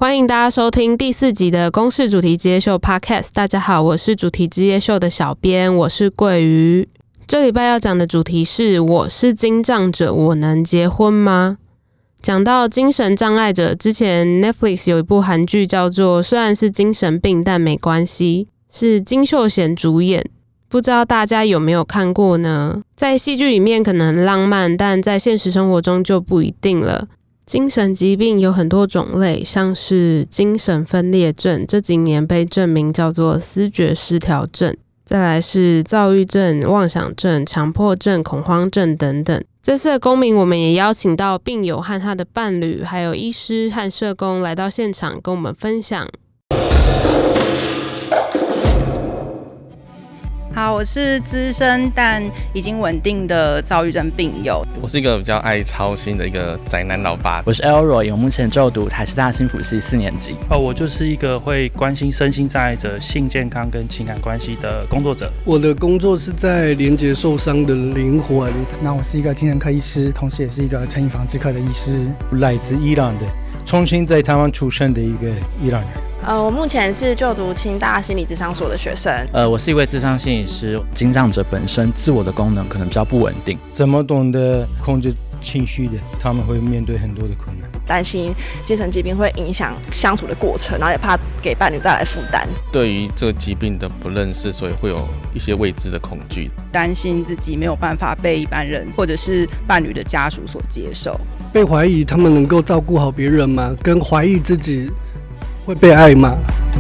欢迎大家收听第4集的公视主题之夜秀 Podcast。 大家好，我是主题之夜秀的小编，我是桂鱼。这礼拜要讲的主题是我是精障者，我能结婚吗？讲到精神障碍者，之前 Netflix 有一部韩剧叫做虽然是精神病但没关系，是金秀贤主演，不知道大家有没有看过呢？在戏剧里面可能很浪漫，但在现实生活中就不一定了。精神疾病有很多种类，像是精神分裂症，这几年被证明叫做思觉失调症，再来是躁郁症、妄想症、强迫症、恐慌症等等。这次的公民我们也邀请到病友和他的伴侣，还有医师和社工来到现场跟我们分享。 好，我是资深但已经稳定的躁郁症病友。 我是一个比较爱操心的一个宅男老爸。 我是 Elroy， 我目前就读台师大心辅系4年级。 我就是一个会关心身心障碍者性健康跟情感关系的工作者。 我的工作是在连接受伤的灵魂。 那我是一个精神科医师，同时也是一个成瘾防治科的医师。 来自伊朗的，重新在台湾出生的一个伊朗人。 我目前是就读清大心理咨商所的学生。 我是一位諮商心理师。精障者本身自我的功能可能比较不稳定， 怎么懂得控制情绪的，他们会面对很多的困难， 担心精神疾病会影响相处的过程，然后也怕给伴侣带来负担。 对于这个疾病的不认识，所以会有一些未知的恐惧， 担心自己没有办法被一般人或者是伴侣的家属所接受， 被怀疑他们能够照顾好别人吗？跟怀疑自己会被爱吗？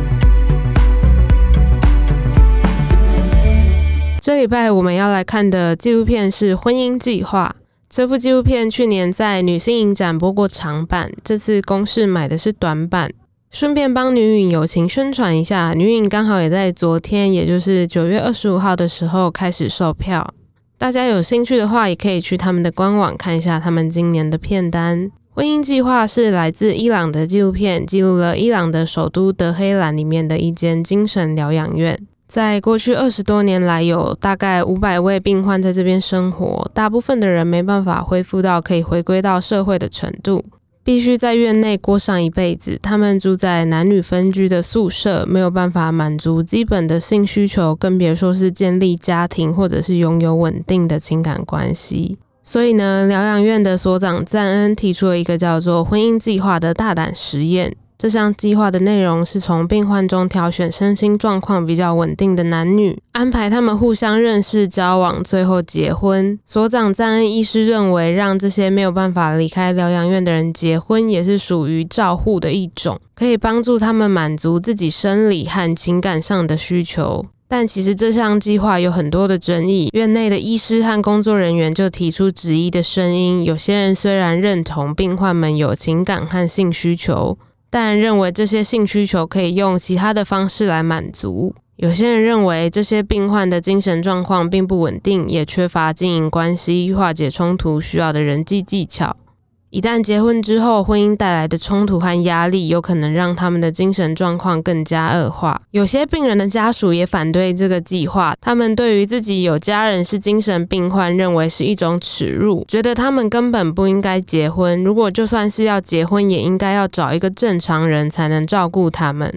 这礼拜我们要来看的纪录片是《婚姻计划》。这部纪录片去年在女性影展播过长版，这次公视买的是短版，顺便帮女影友情宣传一下。女影刚好也在昨天，也就是9月25号的时候开始售票，大家有兴趣的话也可以去他们的官网看一下他们今年的片单。婚姻计划是来自伊朗的纪录片，记录了伊朗的首都德黑兰里面的一间精神疗养院。在过去20多年来，有大概500位病患在这边生活，大部分的人没办法恢复到可以回归到社会的程度，必须在院内过上一辈子。他们住在男女分居的宿舍，没有办法满足基本的性需求，更别说是建立家庭或者是拥有稳定的情感关系。所以呢，疗养院的所长赞恩提出了一个叫做婚姻计划的大胆实验。这项计划的内容是从病患中挑选身心状况比较稳定的男女，安排他们互相认识交往，最后结婚。所长赞恩医师认为，让这些没有办法离开疗养院的人结婚，也是属于照护的一种，可以帮助他们满足自己生理和情感上的需求。但其实这项计划有很多的争议，院内的医师和工作人员就提出质疑的声音。有些人虽然认同病患们有情感和性需求，但认为这些性需求可以用其他的方式来满足。有些人认为这些病患的精神状况并不稳定，也缺乏经营关系、化解冲突需要的人际技巧。一旦结婚之后，婚姻带来的冲突和压力有可能让他们的精神状况更加恶化。有些病人的家属也反对这个计划，他们对于自己有家人是精神病患认为是一种耻辱，觉得他们根本不应该结婚，如果就算是要结婚，也应该要找一个正常人才能照顾他们。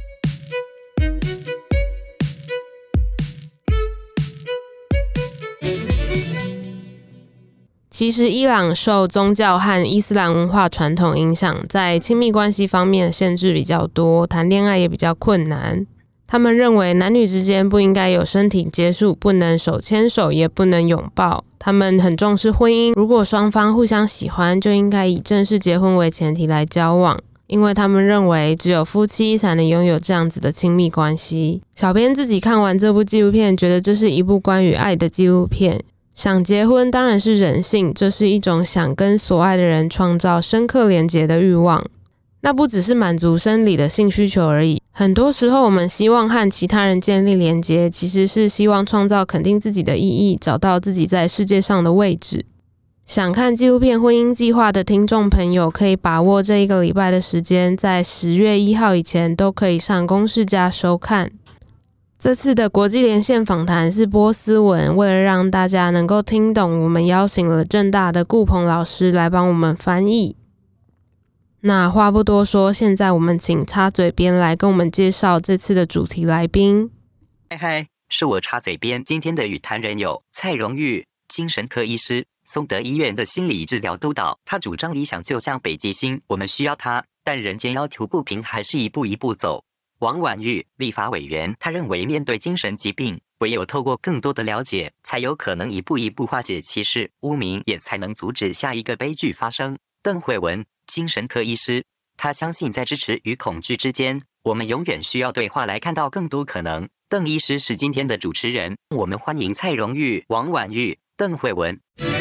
其实伊朗受宗教和伊斯兰文化传统影响，在亲密关系方面限制比较多，谈恋爱也比较困难。他们认为男女之间不应该有身体接触，不能手牵手，也不能拥抱。他们很重视婚姻，如果双方互相喜欢，就应该以正式结婚为前提来交往，因为他们认为只有夫妻才能拥有这样子的亲密关系。小编自己看完这部纪录片，觉得这是一部关于爱的纪录片。想结婚当然是人性，这是一种想跟所爱的人创造深刻连结的欲望。那不只是满足生理的性需求而已，很多时候我们希望和其他人建立连结，其实是希望创造肯定自己的意义，找到自己在世界上的位置。想看纪录片《婚姻计划》的听众朋友，可以把握这1个礼拜的时间，在10月1号以前都可以上公视家收看。这次的国际连线访谈是波斯文，为了让大家能够听懂，我们邀请了政大的顾鹏老师来帮我们翻译。 那话不多说，现在我们请插嘴边来跟我们介绍这次的主题来宾。 嗨，是我插嘴边。今天的与谈人有蔡荣玉，精神科医师，松德医院的心理治疗督导。他主张理想就像北极星，我们需要它，但人间要求不平，还是一步一步走。王婉玉，立法委员，他认为面对精神疾病，唯有透过更多的了解，才有可能一步一步化解歧视、污名，也才能阻止下一个悲剧发生。邓惠文，精神科医师，他相信在支持与恐惧之间，我们永远需要对话来看到更多可能。邓医师是今天的主持人，我们欢迎蔡荣玉、王婉玉、邓惠文。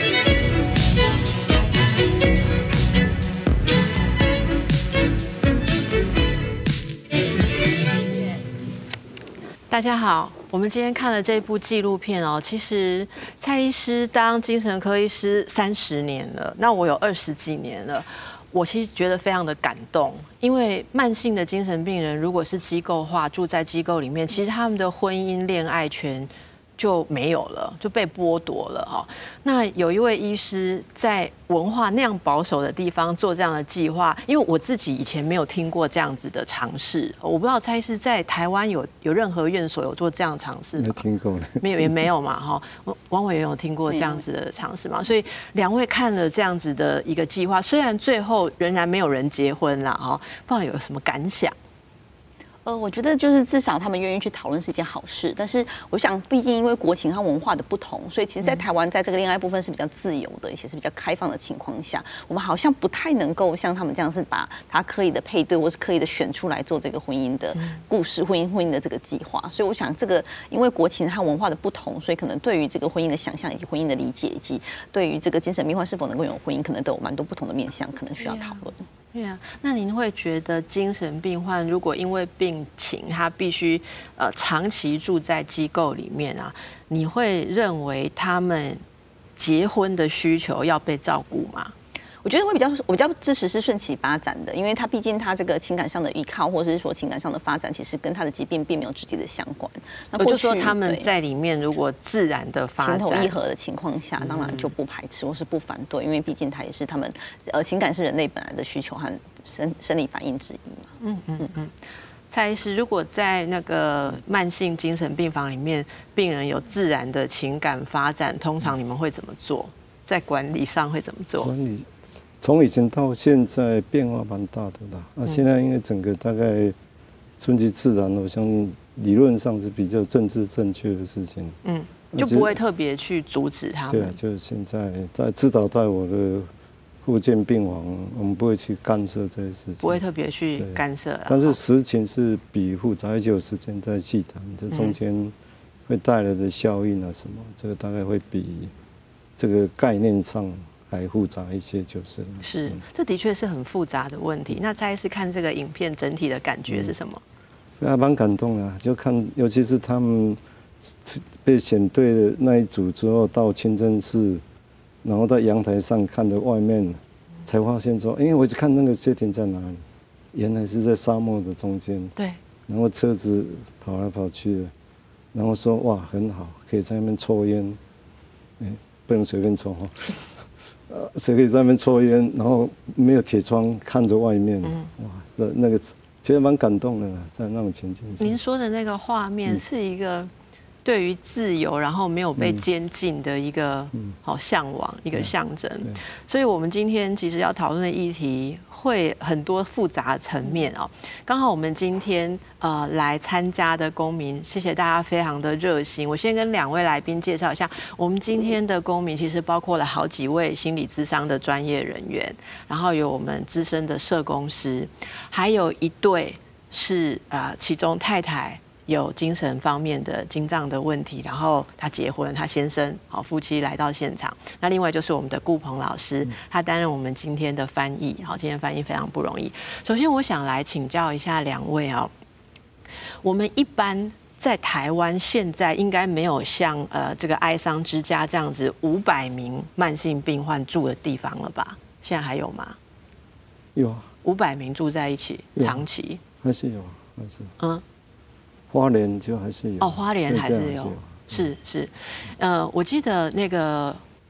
大家好，我们今天看了这部纪录片哦。其实蔡医师当精神科医师30年了，那我有20几年了。我其实觉得非常的感动，因为慢性的精神病人如果是机构化住在机构里面，其实他们的婚姻恋爱权就没有了，就被剥夺了哈。那有一位医师在文化那样保守的地方做这样的计划，因为我自己以前没有听过这样子的尝试，我不知道蔡医师在台湾有任何院所有做这样的尝试吗？ 没听过， 没有也没有嘛哈。王委员有听过这样子的尝试吗？所以两位看了这样子的一个计划，虽然最后仍然没有人结婚啦哈，不知道有什么感想？ 我觉得就是至少他们愿意去讨论是一件好事，但是我想，毕竟因为国情和文化的不同，所以其实，在台湾在这个恋爱部分是比较自由的，而且是比较开放的情况下，我们好像不太能够像他们这样是把他刻意的配对，或是刻意的选出来做这个婚姻的故事、婚姻的这个计划。所以我想，这个因为国情和文化的不同，所以可能对于这个婚姻的想象以及婚姻的理解，以及对于这个精神病患是否能够有婚姻，可能都有蛮多不同的面向，可能需要讨论。 对啊，那您会觉得精神病患如果因为病情他必须长期住在机构里面啊，你会认为他们结婚的需求要被照顾吗？ 我觉得我比较支持是顺其发展的，因为他毕竟他这个情感上的依靠，或者是说情感上的发展，其实跟他的疾病并没有直接的相关。那我就说他们在里面如果自然的发展、 情投意合的情况下，当然就不排斥或是不反对，因为毕竟他也是他们情感是人类本来的需求和生理反应之一嘛。 蔡医师，如果在那个慢性精神病房里面，病人有自然的情感发展，通常你们会怎么做？在管理上会怎么做？ 管理从以前到现在变化蛮大的啦。现在因为整个大概顺其自然，我相信理论上是比较政治正确的事情。 就不会特别去阻止他们。 对啊，就是现在在指导在我的复健病房，我们不会去干涉这些事情， 不会特别去干涉。 但是实情是比复杂，而且有时间在细谈，这中间会带来的效应啊什么，这个大概会比这个概念上还复杂一些，就是是，这的确是很复杂的问题。那再是看这个影片整体的感觉是什么？ 蛮感动啊，就看，尤其是他们被选对的那一组之后，到清真寺，然后在阳台上看着外面，才发现说，因为我一直看那个街亭在哪里，原来是在沙漠的中间。 对。 然后车子跑来跑去的，然后说哇很好，可以在那边抽烟，不能随便抽哈。谁可以在那边抽烟，然后没有铁窗看着外面，哇，那个其实蛮感动的，在那种情景下。 您说的那个画面是一个对于自由，然后没有被监禁的一个好向往，一个象征。所以，我们今天其实要讨论的议题会很多复杂层面哦。刚好我们今天来参加的公民，谢谢大家非常的热心。我先跟2位来宾介绍一下，我们今天的公民其实包括了好几位心理咨商的专业人员，然后有我们资深的社工师，还有一对是其中太太有精神方面的精障的问题，然后他结婚，他先生夫妻来到现场。那另外就是我们的顾鹏老师，他担任我们今天的翻译。今天翻译非常不容易。首先，我想来请教一下2位哦。我们一般在台湾现在应该没有像这个哀伤之家这样子500名慢性病患住的地方了吧？现在还有吗？ 有啊 ，500名住在一起，长期还是有，还是花莲就还是有花莲还是有，是，我记得那个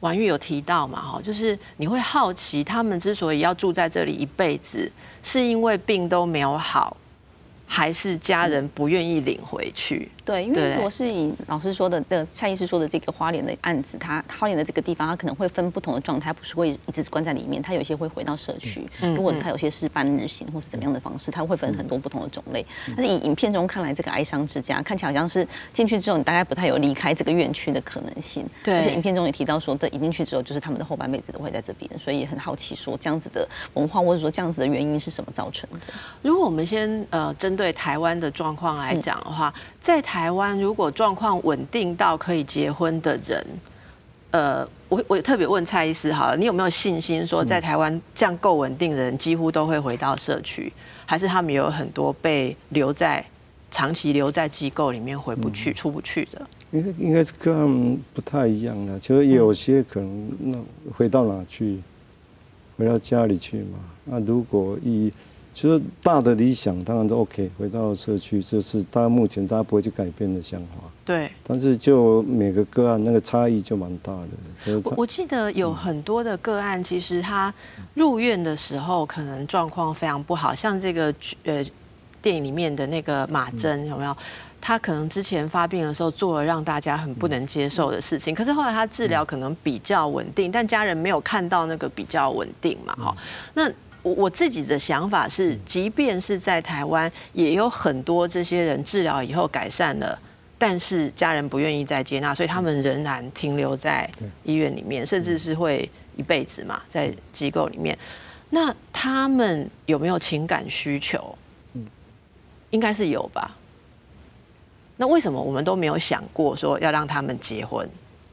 婉玉有提到嘛，就是你会好奇他们之所以要住在这里一辈子，是因为病都没有好，还是家人不愿意领回去？ 对，因为如果是以老师说的蔡医师说的这个花莲的案子，他花莲的这个地方，他可能会分不同的状态，不是会一直关在里面，他有些会回到社区。如果他有些是半日行或是怎么样的方式，他会分很多不同的种类。但是以影片中看来，这个哀伤之家看起来好像是进去之后，你大概不太有离开这个院区的可能性。对，而且影片中也提到说，一进去之后，就是他们的后半辈子都会在这边，所以也很好奇说这样子的文化或者说这样子的原因是什么造成的。 如果我们先针对台湾的状况来讲的话，在台湾如果状况稳定到可以结婚的人，我特别问蔡医师好了，你有没有信心说在台湾这样够稳定的人几乎都会回到社区，还是他们有很多被长期留在机构里面回不去、出不去的？ 应该是跟他们不太一样的，就是有些可能回到哪去，回到家里去嘛。那如果就是大的理想当然都 OK， 回到社区就是目前大家不会去改变的想法。对。但是就每个个案那个差异就蛮大的。 我记得有很多的个案，其实他入院的时候可能状况非常不好，像这个电影里面的那个马珍有没有？他可能之前发病的时候做了让大家很不能接受的事情，可是后来他治疗可能比较稳定，但家人没有看到那个比较稳定嘛。那我自己的想法是，即便是在台湾，也有很多这些人治疗以后改善了，但是家人不愿意再接纳，所以他们仍然停留在医院里面，甚至是会一辈子嘛，在机构里面。那他们有没有情感需求？应该是有吧。那为什么我们都没有想过说要让他们结婚，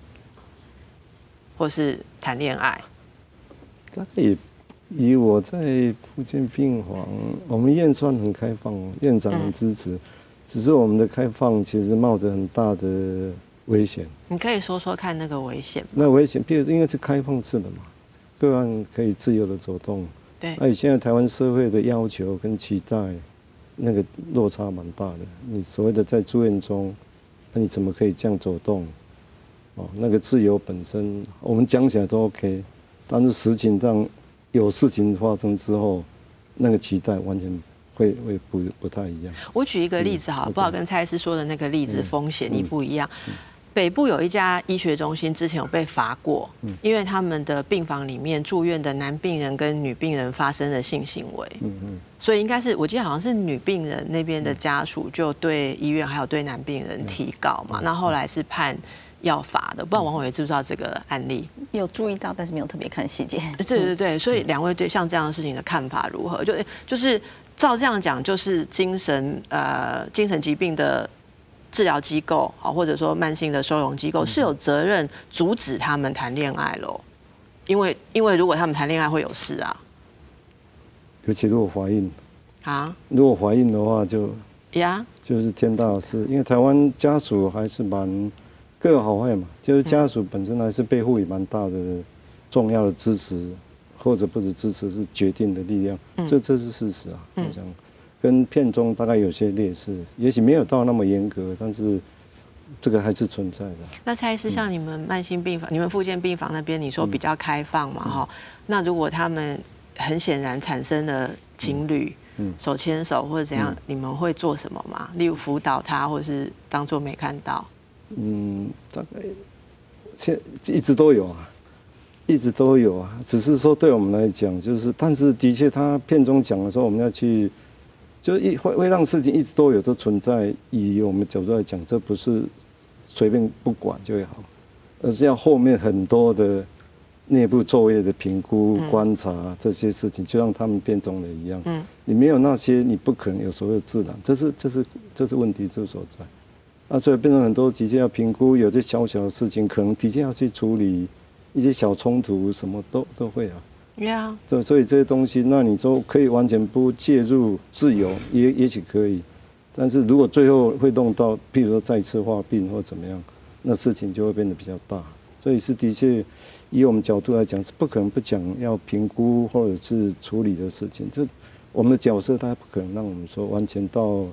或是谈恋爱？ 大概也。以我在复健病房，我们院算很开放，院长很支持，只是我们的开放其实冒着很大的危险。 你可以说说看那个危险吗？ 那危险，比如因为是开放式的嘛，个案可以自由的走动。对。那现在台湾社会的要求跟期待，那个落差蛮大的。你所谓的在住院中，那你怎么可以这样走动？那个自由本身，我们讲起来都 OK， 但是实情上。有事情发生之后，那个期待完全会不太一样。我举一个例子好了，不好跟蔡医师说的那个例子风险一不一样。北部有一家医学中心之前有被罚过，因为他们的病房里面住院的男病人跟女病人发生了性行为，所以应该是我记得好像是女病人那边的家属就对医院还有对男病人提告嘛，那后来是判。要罚的，不知道王委员知不知道这个案例？有注意到，但是没有特别看细节。对，所以两位对像这样的事情的看法如何？就是照这样讲，就是精神疾病的治疗机构，或者说慢性的收容机构是有责任阻止他们谈恋爱咯，因为如果他们谈恋爱会有事啊，尤其如果怀孕啊，如果怀孕的话就是天大的事，因为台湾家属还是蛮。各有好坏嘛，就是家属本身还是被赋予蛮大的重要的支持，或者不止支持，是决定的力量。这是事实啊。我想跟片中大概有些类似，也许没有到那么严格，但是这个还是存在的。那蔡医师，像你们慢性病房、你们复健病房那边，你说比较开放嘛，那如果他们很显然产生了情侣手牵手或者怎样，你们会做什么吗？例如辅导他，或是当作没看到？大概一直都有啊，只是说对我们来讲，但是的确，他片中讲的时候，我们要去，会让事情一直都有的存在。以我们角度来讲，这不是随便不管就会好，而是要后面很多的内部作业的评估、观察这些事情，就像他们片中的一样。你没有那些，你不可能有所谓的自然，这是问题之所在。所以变成很多的确要评估，有些小小的事情，可能的确要去处理一些小冲突，什么都会啊。所以这些东西，那你说可以完全不介入自由，也许可以，但是如果最后会弄到，譬如说再次发病或怎么样，那事情就会变得比较大。所以是的确，以我们角度来讲，是不可能不讲要评估或者是处理的事情。这我们的角色，它不可能让我们说完全到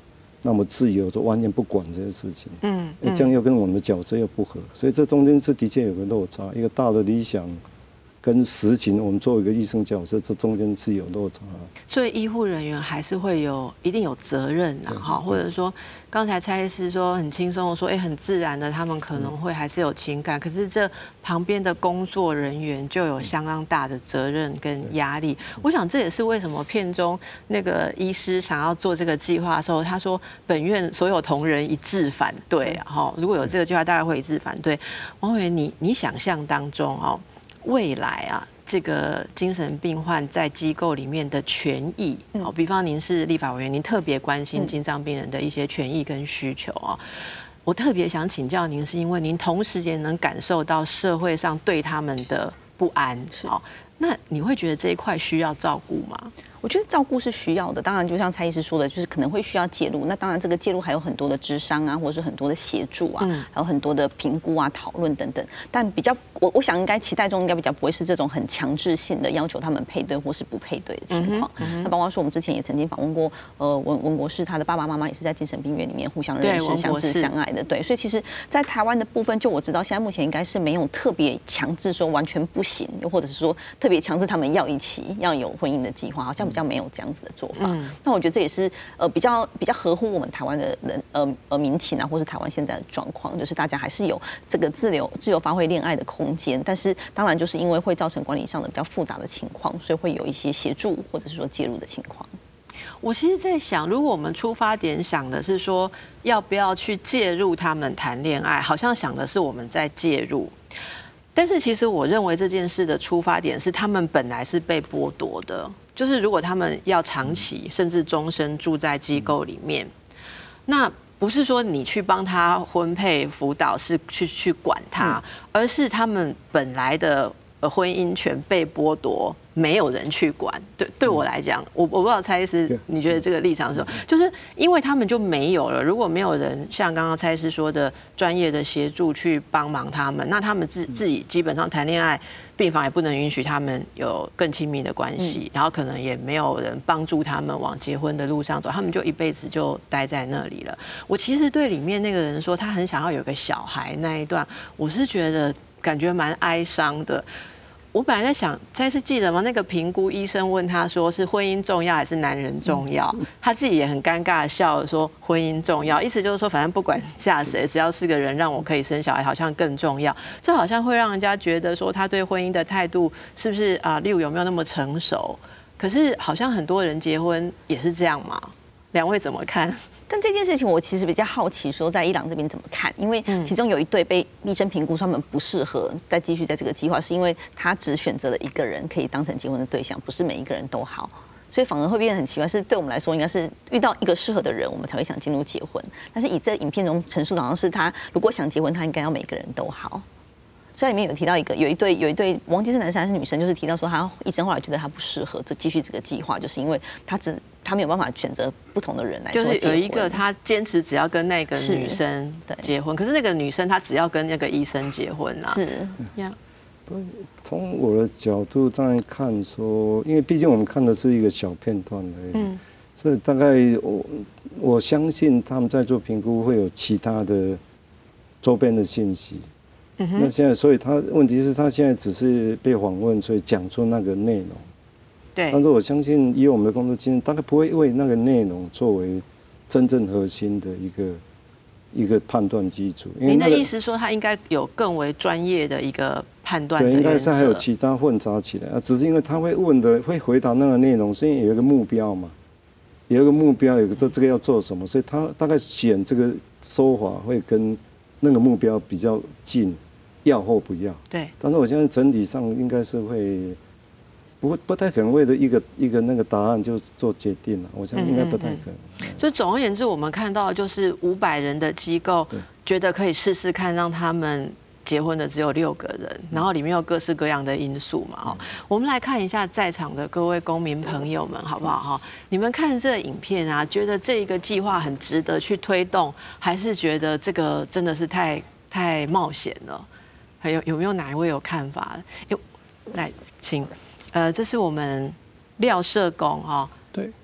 那么自由，就完全不管这些事情。这样又跟我们的角色又不合，所以这中间是的确有个落差，一个大的理想跟实情，我们作为一个医生角色，这中间是有落差。 所以医护人员还是会一定有责任呐，哈，或者说刚才蔡医师说很轻松的说，很自然的，他们可能会还是有情感，可是这旁边的工作人员就有相当大的责任跟压力。我想这也是为什么片中那个医师想要做这个计划的时候，他说本院所有同仁一致反对啊，哈，如果有这个计划，大概会一致反对。王委员，你想象当中哦，未来啊，这个精神病患在机构里面的权益，比方您是立法委员，您特别关心精障病人的一些权益跟需求啊。我特别想请教您，是因为您同时也能感受到社会上对他们的不安，那你会觉得这一块需要照顾吗？ 我觉得照顾是需要的，当然就像蔡医师说的，就是可能会需要介入。那当然这个介入还有很多的諮商啊，或者是很多的协助啊，还有很多的评估啊、讨论等等。但比较我想应该期待中应该比较不会是这种很强制性的要求他们配对或是不配对的情况。那包括说我们之前也曾经访问过文国士，他的爸爸妈妈也是在精神病院里面互相认识、相知相爱的。对，所以其实，在台湾的部分，就我知道现在目前应该是没有特别强制说完全不行，又或者是说特别强制他们要一起要有婚姻的计划，好像比较没有这样子的做法。那我觉得这也是比较合乎我们台湾的人民情啊，或是台湾现在的状况，就是大家还是有这个自由发挥恋爱的空间，但是当然就是因为会造成管理上的比较复杂的情况，所以会有一些协助或者是说介入的情况。 我其实在想，如果我们出发点想的是说要不要去介入他们谈恋爱，好像想的是我们在介入。但是其实我认为这件事的出发点是他们本来是被剥夺的，就是如果他们要长期甚至终身住在机构里面，那不是说你去帮他婚配辅导是去管他，而是他们本来的婚姻权被剥夺，没有人去管。对我来讲，我不知道蔡医师你觉得这个立场是什么？就是因为他们就没有了，如果没有人像刚刚蔡医师说的专业的协助去帮忙他们，那他们自己基本上谈恋爱，病房也不能允许他们有更亲密的关系，然后可能也没有人帮助他们往结婚的路上走，他们就一辈子就待在那里了。我其实对里面那个人说他很想要有个小孩那一段，我是觉得感觉蛮哀伤的。我本来在想，再次记得吗？那个评估医生问他说是婚姻重要还是男人重要，他自己也很尴尬的笑了说婚姻重要，意思就是说反正不管嫁谁，只要是个人让我可以生小孩，好像更重要。这好像会让人家觉得说他对婚姻的态度是不是例如有没有那么成熟？可是好像很多人结婚也是这样嘛。两位怎么看？ 但这件事情我其实比较好奇，说在伊朗这边怎么看？因为其中有一对被医生评估说他们不适合再继续在这个计划，是因为他只选择了一个人可以当成结婚的对象，不是每一个人都好，所以反而会变得很奇怪。是对我们来说，应该是遇到一个适合的人，我们才会想进入结婚。但是以这影片中陈述的，好像是他如果想结婚，他应该要每个人都好。所以里面有提到有一对，忘记是男生还是女生，就是提到说医生后来觉得他不适合继续这个计划，就是因为他没有办法选择不同的人来做结婚。 就是有一个他坚持只要跟那个女生结婚，可是那个女生她只要跟那个医生结婚啊。是呀。 从我的角度在看说，因为毕竟我们看的是一个小片段而已，所以大概我相信他们在做评估会有其他的周边的信息。那现在，所以问题是他现在只是被访问，所以讲出那个内容。对。但是我相信，以我们的工作经验，大概不会为那个内容作为真正核心的一个判断基础。 您的意思说，他应该有更为专业的一个判断的原则？ 对，应该是还有其他混杂起来啊。只是因为他会会回答那个内容，是因为有一个目标嘛，有一个目标，有个这个要做什么，所以他大概选这个说法会跟那个目标比较近。要或不要，对，但是我现在整体上应该是不太可能为了一个那个答案就做决定了，我想应该不太可能。 所以总而言之，我们看到就是500人的机构觉得可以试试看，让他们结婚的只有6个人，然后里面有各式各样的因素嘛。我们来看一下在场的各位公民朋友们，好不好？你们看这个影片啊，觉得这一个计划很值得去推动，还是觉得这个真的是太冒险了？有没有哪一位有看法？来，请，这是我们廖社工哈， 对， 是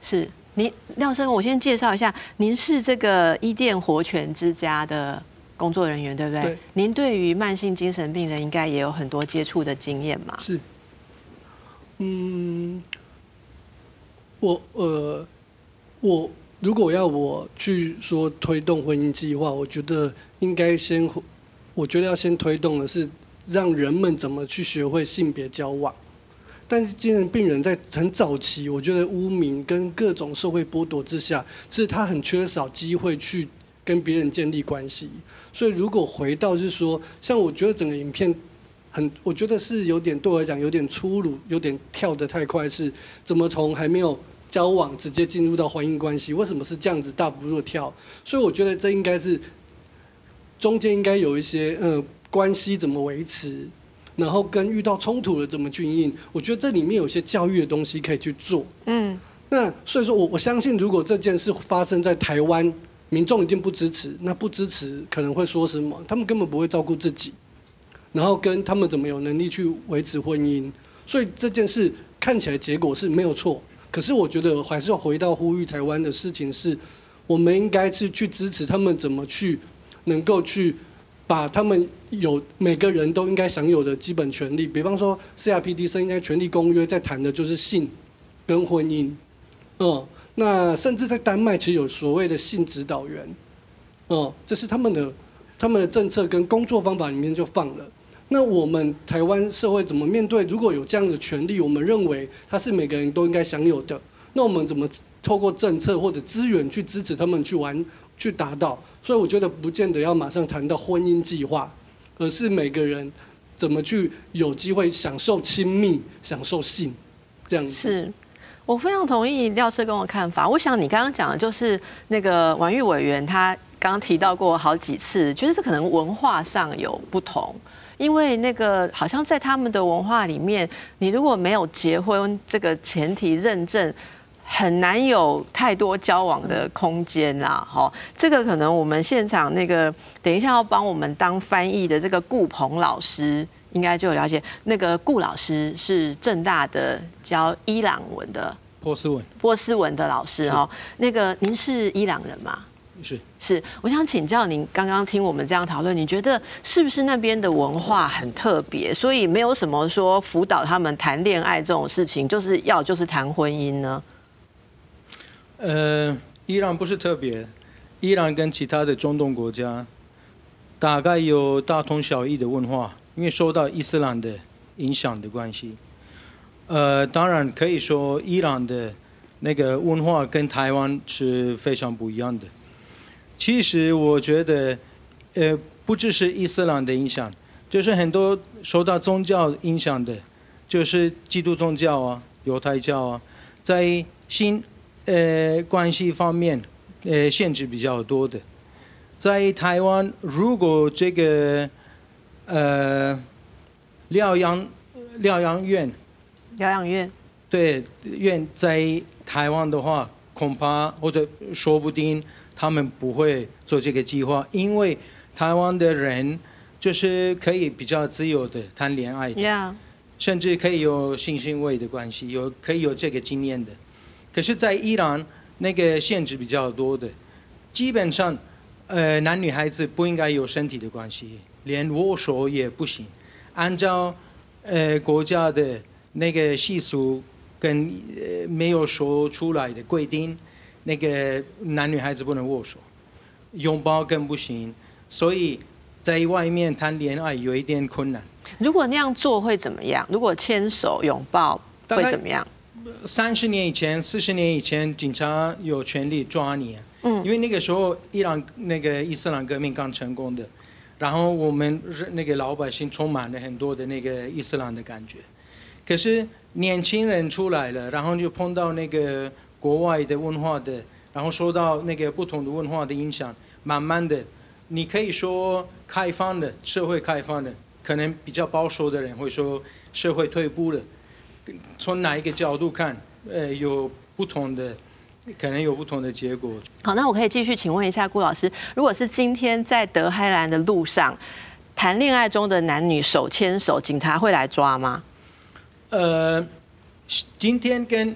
廖生，我先介绍一下，您是这个伊甸活泉之家的工作人员，对不对？ 对。 您对于慢性精神病人应该也有很多接触的经验嘛？ 是。我如果要我去说推动婚姻计划，我觉得要先推动的是让人们怎么去学会性别交往。但是精神病人在很早期，我觉得污名跟各种社会剥夺之下，其实他很缺少机会去跟别人建立关系。所以如果回到就是说，像我觉得整个影片我觉得是有点对我来讲有点粗鲁，有点跳得太快，是怎么从还没有交往直接进入到婚姻关系？为什么是这样子大幅度的跳？所以我觉得这应该是中间应该有一些关系怎么维持。然后跟遇到冲突了怎么去应应，我觉得这里面有些教育的东西可以去做。那所以说我相信，如果这件事发生在台湾，民众一定不支持。那不支持可能会说什么？他们根本不会照顾自己，然后跟他们怎么有能力去维持婚姻。所以这件事看起来结果是没有错，可是我觉得还是要回到呼吁台湾的事情是，我们应该是去支持他们怎么去能够去。把他们每个人都应该享有的基本权利，比方说 CRPD 生涯权利公约在谈的就是性跟婚姻，那甚至在丹麦其实有所谓的性指导员，这是他们的政策跟工作方法里面就放了。那我们台湾社会怎么面对？如果有这样的权利，我们认为它是每个人都应该享有的，那我们怎么透过政策或者资源去支持他们去达到？所以我觉得不见得要马上谈到婚姻计划，而是每个人怎么去有机会享受亲密、享受性，这样子。 是，我非常同意廖社工的看法。我想你刚刚讲的就是那个婉玉委员他刚刚提到过好几次，觉得这可能文化上有不同。因为那个好像在他们的文化里面，你如果没有结婚这个前提认证，很难有太多交往的空间啦，这个可能我们现场那个等一下要帮我们当翻译的这个顾鹏老师应该就有了解。那个顾老师是政大的教伊朗文的波斯文的老师那个您是伊朗人吗？是，我想请教您，刚刚听我们这样讨论，你觉得是不是那边的文化很特别，所以没有什么说辅导他们谈恋爱这种事情，就是谈婚姻呢？ 伊朗不是特别，伊朗跟其他的中东国家大概有大同小异的文化，因为受到伊斯兰的影响的关系。当然可以说伊朗的那个文化跟台湾是非常不一样的。其实我觉得，不只是伊斯兰的影响，就是很多受到宗教影响的，就是基督宗教啊、犹太教啊，在性关系方面，限制比较多的。在台湾，如果这个疗养院对院在台湾的话，恐怕或者说不定他们不会做这个计划，因为台湾的人就是可以比较自由的谈恋爱的，甚至可以有性行为的关系，可以有这个经验的。可是，在伊朗那个限制比较多的，基本上，男女孩子不应该有身体的关系，连握手也不行。按照国家的那个习俗跟没有说出来的规定，那个男女孩子不能握手，拥抱更不行。所以在外面谈恋爱有一点困难。 如果那样做会怎么样？如果牵手拥抱会怎么样 ？30年以前、40年以前，警察有权利抓你，因为那个时候伊朗那个伊斯兰革命刚成功的，然后我们那个老百姓充满了很多的那个伊斯兰的感觉。可是年轻人出来了，然后就碰到那个国外的文化的，然后受到那个不同的文化的影响，慢慢的，你可以说开放的社会开放的，可能比较保守的人会说社会退步了。从哪一个角度看，有不同的，可能有不同的结果。 好，那我可以继续请问一下顾老师，如果是今天在德黑兰的路上谈恋爱中的男女手牵手，警察会来抓吗？ 今天跟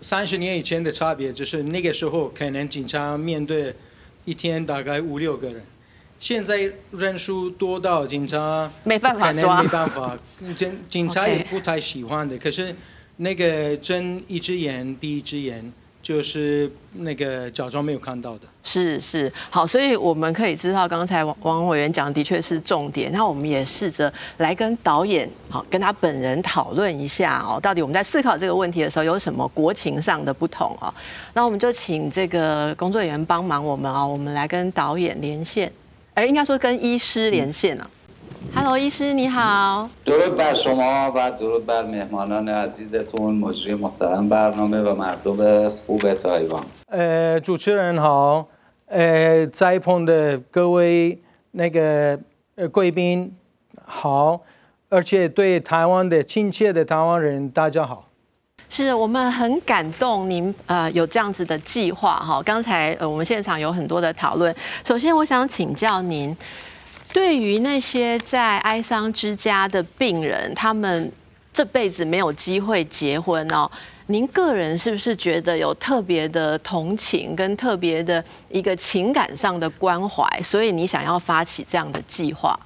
30年以前的差别，就是那个时候可能警察面对一天大概5、6个人，现在人数多到警察没办法抓， 没办法，警察也不太喜欢的。可是那个睁一只眼闭一只眼，就是那个假装没有看到的。 是好，所以我们可以知道，刚才王委员讲的确是重点。那我们也试着来跟导演跟他本人讨论一下到底我们在思考这个问题的时候有什么国情上的不同那我们就请这个工作人员帮忙我们我们来跟导演连线，应该说跟医师连线Hello， 医师你好。 درود بر شما و درود بر مهمانان عزیزتون مجری محترم برنامه و مردم خوب تایوان。 主持人好，在棚的各位那个贵宾好，而且对台湾的亲切的台湾人大家好。 是我们很感动您有这样子的计划刚才我们现场有很多的讨论。首先我想请教您，对于那些在哀丧之家的病人，他们这辈子没有机会结婚您个人是不是觉得有特别的同情跟特别的一个情感上的关怀，所以你想要发起这样的计划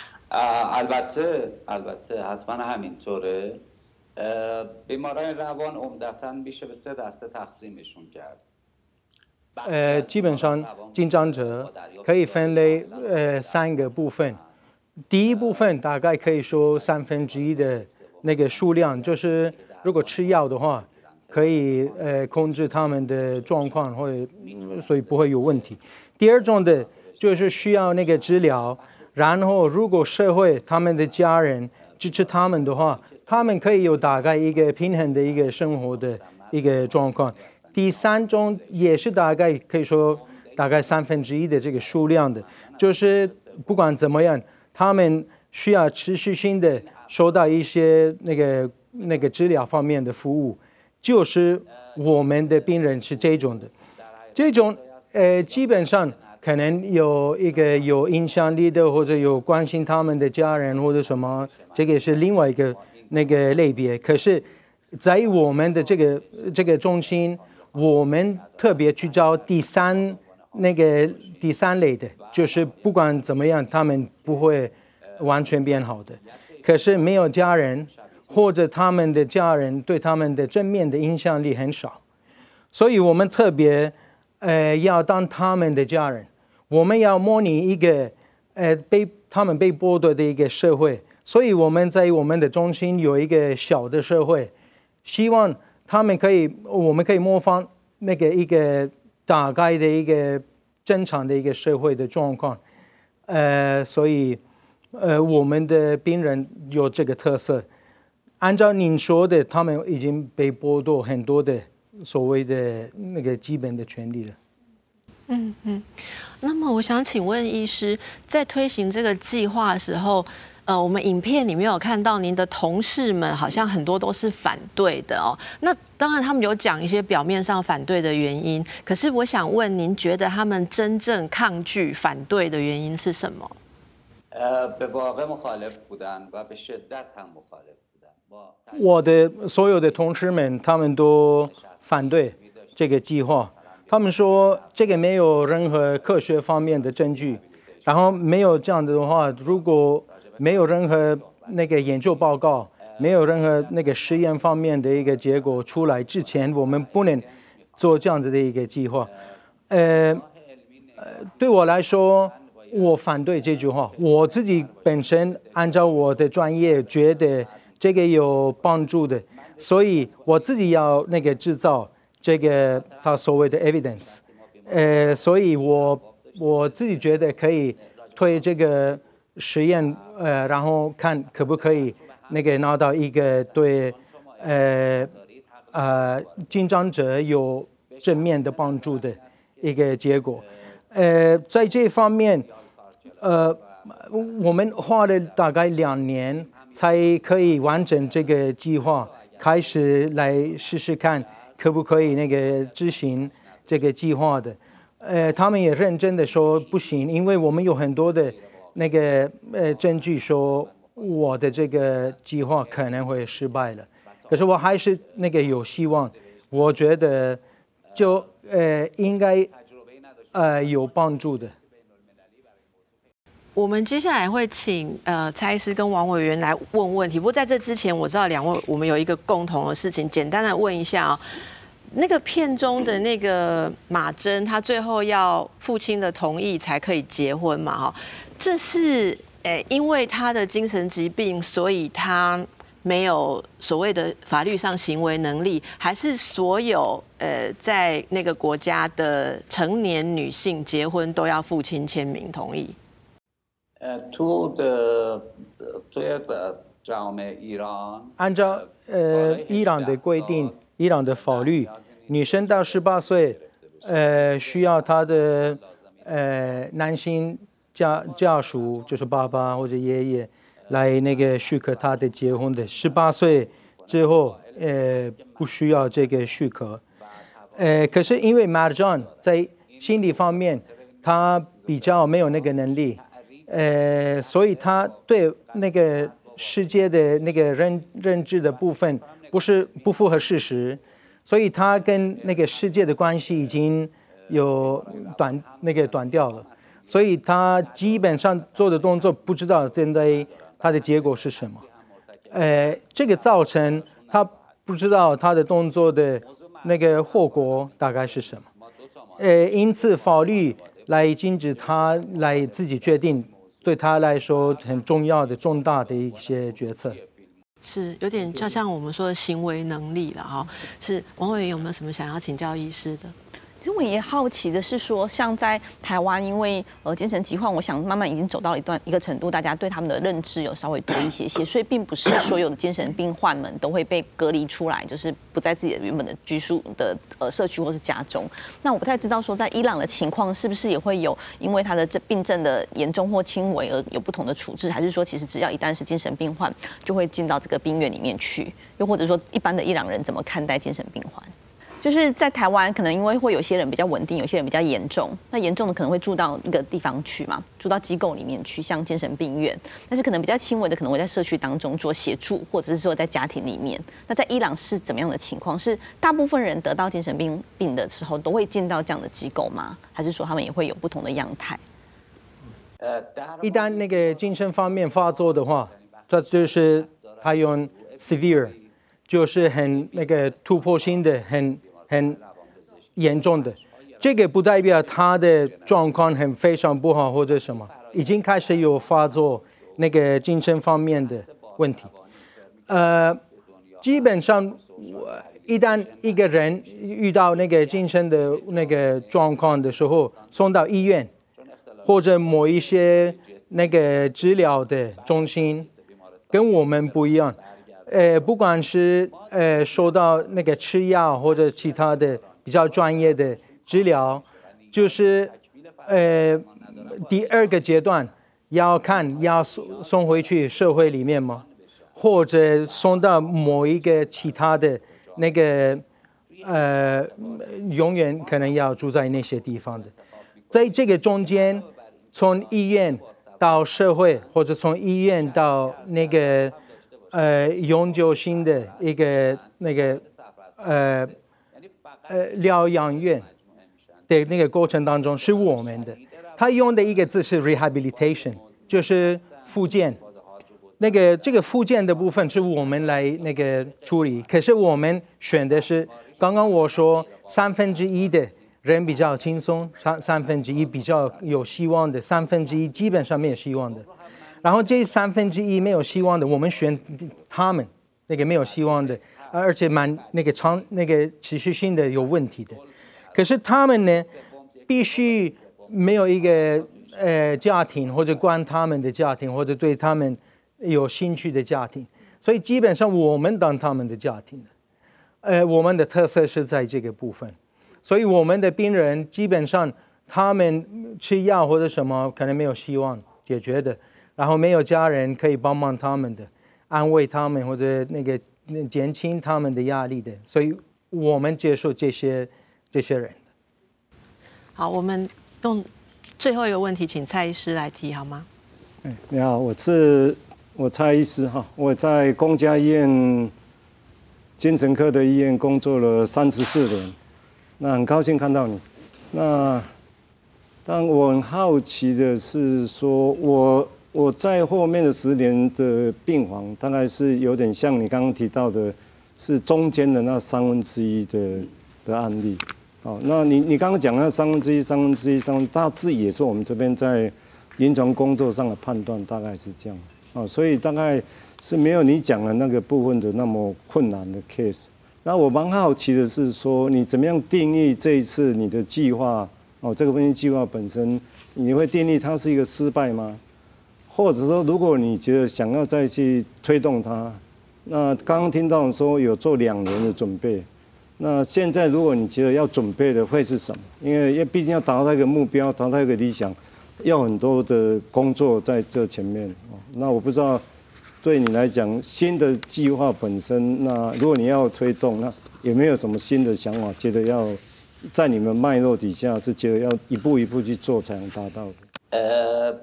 البته حتما همینطوره بیماران روان عمدتاً میشه به 3 دسته تقسیمشون کرد 基本上紧张者可以分类3个部分。第一部分大概可以说1/3的那个数量，就是如果吃药的话，可以控制他们的状况，所以不会有问题。第二种的就是需要那个治疗，然后如果社会他们的家人支持他们的话，他们可以有大概一个平衡的一个生活的一个状况。第3种也是大概可以说大概1/3的这个数量的，就是不管怎么样，他们需要持续性的收到一些那个治疗方面的服务，就是我们的病人是这种的。这种基本上可能有一个有影响力的或者有关心他们的家人或者什么，这个是另外一个那个类别。可是在我们的这个中心，我们特别去找第三类的，就是不管怎么样，他们不会完全变好的。可是没有家人，或者他们的家人对他们的正面的影响力很少，所以我们特别要当他们的家人，我们要模拟一个他们被剥夺的一个社会。所以我们在我们的中心有一个小的社会，希望我们可以模仿那个一个大概的一个正常的一个社会的状况。所以我们的病人有这个特色。按照您说的，他们已经被剥夺很多的所谓的那个基本的权利了。 那么我想请问医师，在推行这个计划的时候，我们影片里面有看到您的同事们好像很多都是反对的那当然他们有讲一些表面上反对的原因，可是我想问您，觉得他们真正抗拒反对的原因是什么？ به واقع مخالف بودن و به شدت هم مخالف بودن。 我的所有的同事们，他们都反对这个计划。他们说这个没有任何科学方面的证据，然后没有这样的话，如果没有任何那个研究报告，没有任何那个实验方面的一个结果出来之前，我们不能做这样子的一个计划。对我来说，我反对这句话。我自己本身按照我的专业觉得这个有帮助的，所以我自己要那个制造这个他所谓的 evidence。所以我自己觉得可以推这个实验，然后看可不可以那个拿到一个对紧张者有正面的帮助的一个结果。在这方面，我们花了大概2年才可以完成这个计划，开始来试试看可不可以那个执行这个计划的。他们也认真的说不行，因为我们有很多的那个证据说我的这个计划可能会失败了。可是我还是那个有希望， 我觉得就应该有帮助的。 我们接下来会请蔡医师跟王委员来问问题。不过在这之前，我知道两位我们有一个共同的事情，简单的问一下啊、那个片中的那个马珍，她最后要父亲的同意才可以结婚嘛？哈，这是因为她的精神疾病，所以她没有所谓的法律上行为能力，还是所有在那个国家的成年女性结婚都要父亲签名同意按照伊朗的规定，伊朗的法律，女生到18岁，需要她的男性家属，就是爸爸或者爷爷，来那个许可她的结婚的。18岁之后，不需要这个许可。可是因为 Marjan 在心理方面，他比较没有那个能力。所以他对那个世界的那个认知的部分不符合事实，所以他跟那个世界的关系已经有断掉了，所以他基本上做的动作不知道现在他的结果是什么。这个造成他不知道他的动作的那个后果大概是什么。因此法律来禁止他来自己决定。对他来说很重要的重大的一些决策， 是有点像我们说的行为能力了哈。是王委员有没有什么想要请教医师的？ 其实我也好奇的是说，像在台湾，因为精神疾患，我想慢慢已经走到了一个程度，大家对他们的认知有稍微多一些，所以并不是所有的精神病患们都会被隔离出来，就是不在自己的原本的居住的社区或是家中。那我不太知道说，在伊朗的情况是不是也会有因为他的这病症的严重或轻微而有不同的处置，还是说其实只要一旦是精神病患，就会进到这个病院里面去？又或者说，一般的伊朗人怎么看待精神病患？就是在台湾，可能因为会有些人比较稳定，有些人比较严重。那严重的可能会住到一个地方去嘛，住到机构里面去，像精神病院。但是可能比较轻微的，可能会在社区当中做协助，或者是说在家庭里面。那在伊朗是怎么样的情况？是大部分人得到精神病的时候都会进到这样的机构吗？还是说他们也会有不同的样态？ 一旦那个精神方面发作的话，这就是他用 severe， 就是很那个突破性的很严重的，这个不代表他的状况非常不好或者什么，已经开始有发作那个精神方面的问题。基本上，一旦一个人遇到那个精神的那个状况的时候，送到医院或者某一些那个治疗的中心，跟我们不一样。不管是受到那个吃药或者其他的比较专业的治疗，就是第二个阶段要送回去社会里面吗？或者送到某一个其他的那个永远可能要住在那些地方的，在这个中间，从医院到社会，或者从医院到那个永久性的一个那个疗养院的那个过程当中是我们的。他用的一个字是 rehabilitation， 就是复健。这个复健的部分是我们来那个处理，可是我们选的是刚刚我说1/3的人比较轻松，1/3比较有希望的，1/3基本上没有希望的。然后这1/3没有希望的，我们选他们那个没有希望的，而且蛮那个持续性的有问题的。可是他们呢，必须没有一个家庭或者管他们的家庭，或者对他们有兴趣的家庭，所以基本上我们当他们的家庭的。我们的特色是在这个部分，所以我们的病人基本上他们吃药或者什么可能没有希望解决的。然后没有家人可以帮忙他们的，安慰他们或者那个减轻他们的压力的，所以我们接受这些人。 好，我们用最后一个问题，请蔡医师来提好吗？ 你好，我蔡医师哈，我在公家医院精神科的医院工作了34年，那很高兴看到你。那但我很好奇的是说，我在后面的10年的病房，大概是有点像你刚刚提到的，是中间的那1/3的案例。好，那你刚刚讲那1/3，大致也是我们这边在临床工作上的判断，大概是这样。啊，所以大概是没有你讲的那个部分的那么困难的 case。那我蛮好奇的是说，你怎么样定义这一次你的计划？哦，这个分析计划本身，你会定义它是一个失败吗？或者说，如果你觉得想要再去推动它，那刚刚听到说有做2年的准备，那现在如果你觉得要准备的会是什么？因为毕竟要达到一个目标，达到一个理想，要很多的工作在这前面。那我不知道对你来讲，新的计划本身，那如果你要推动，那有没有什么新的想法？觉得要在你们脉络底下是觉得要一步一步去做才能达到的。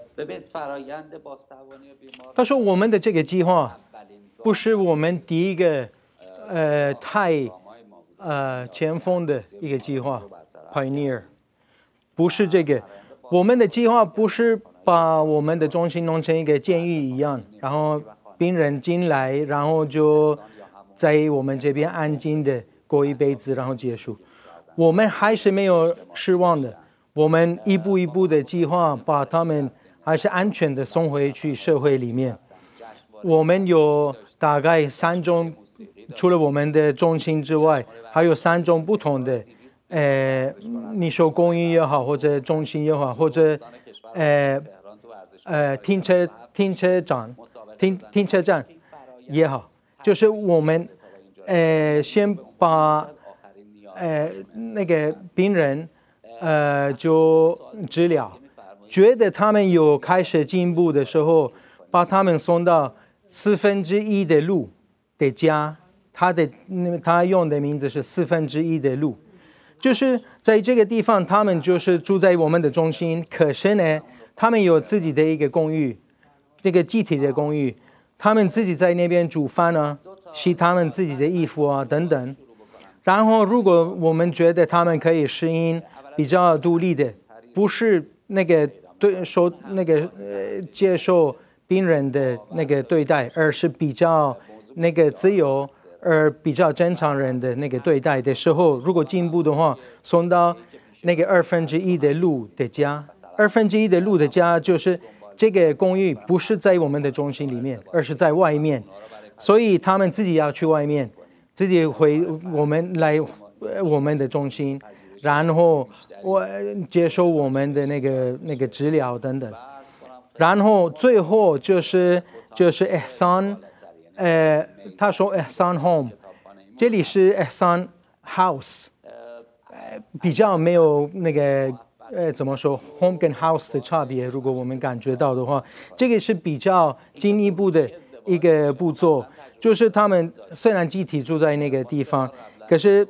他说我们的这个计划不是我们第一个太前锋的一个计划 ，Pioneer， 不是这个。我们的计划不是把我们的中心弄成一个监狱一样，然后病人进来，然后就在我们这边安静的过一辈子，然后结束。我们还是没有失望的，我们一步一步的计划把他们还是安全的送回去社会里面。我们有大概3种，除了我们的中心之外，还有3种不同的，你说公寓也好，或者中心也好，或者停车站也好，就是我们先把那个病人就治疗，觉得他们有开始进步的时候，把他们送到1/4的路的家，他用的名字是1/4的路，就是在这个地方，他们就是住在我们的中心，可是呢，他们有自己的一个公寓，这个集体的公寓，他们自己在那边煮饭啊，洗他们自己的衣服啊等等。然后，如果我们觉得他们可以适应比较独立的，不是那个接受病人的那个对待，而是比较那个自由而比较正常人的那个对待的时候，如果进步的话，送到那个1/2的路的家。1/2的路的家就是这个公寓不是在我们的中心里面，而是在外面，所以他们自己要去外面。自己回我们来我们的中心，然后接受我们的那个治疗等等，然后最后就是 Ihsan， 他说 Ihsan Home， 这里是 Ihsan House， 比较没有那个怎么说 Home 跟 House 的差别，如果我们感觉到的话，这个是比较进一步的一个步骤。就是他们虽然集体住在那个地方，可是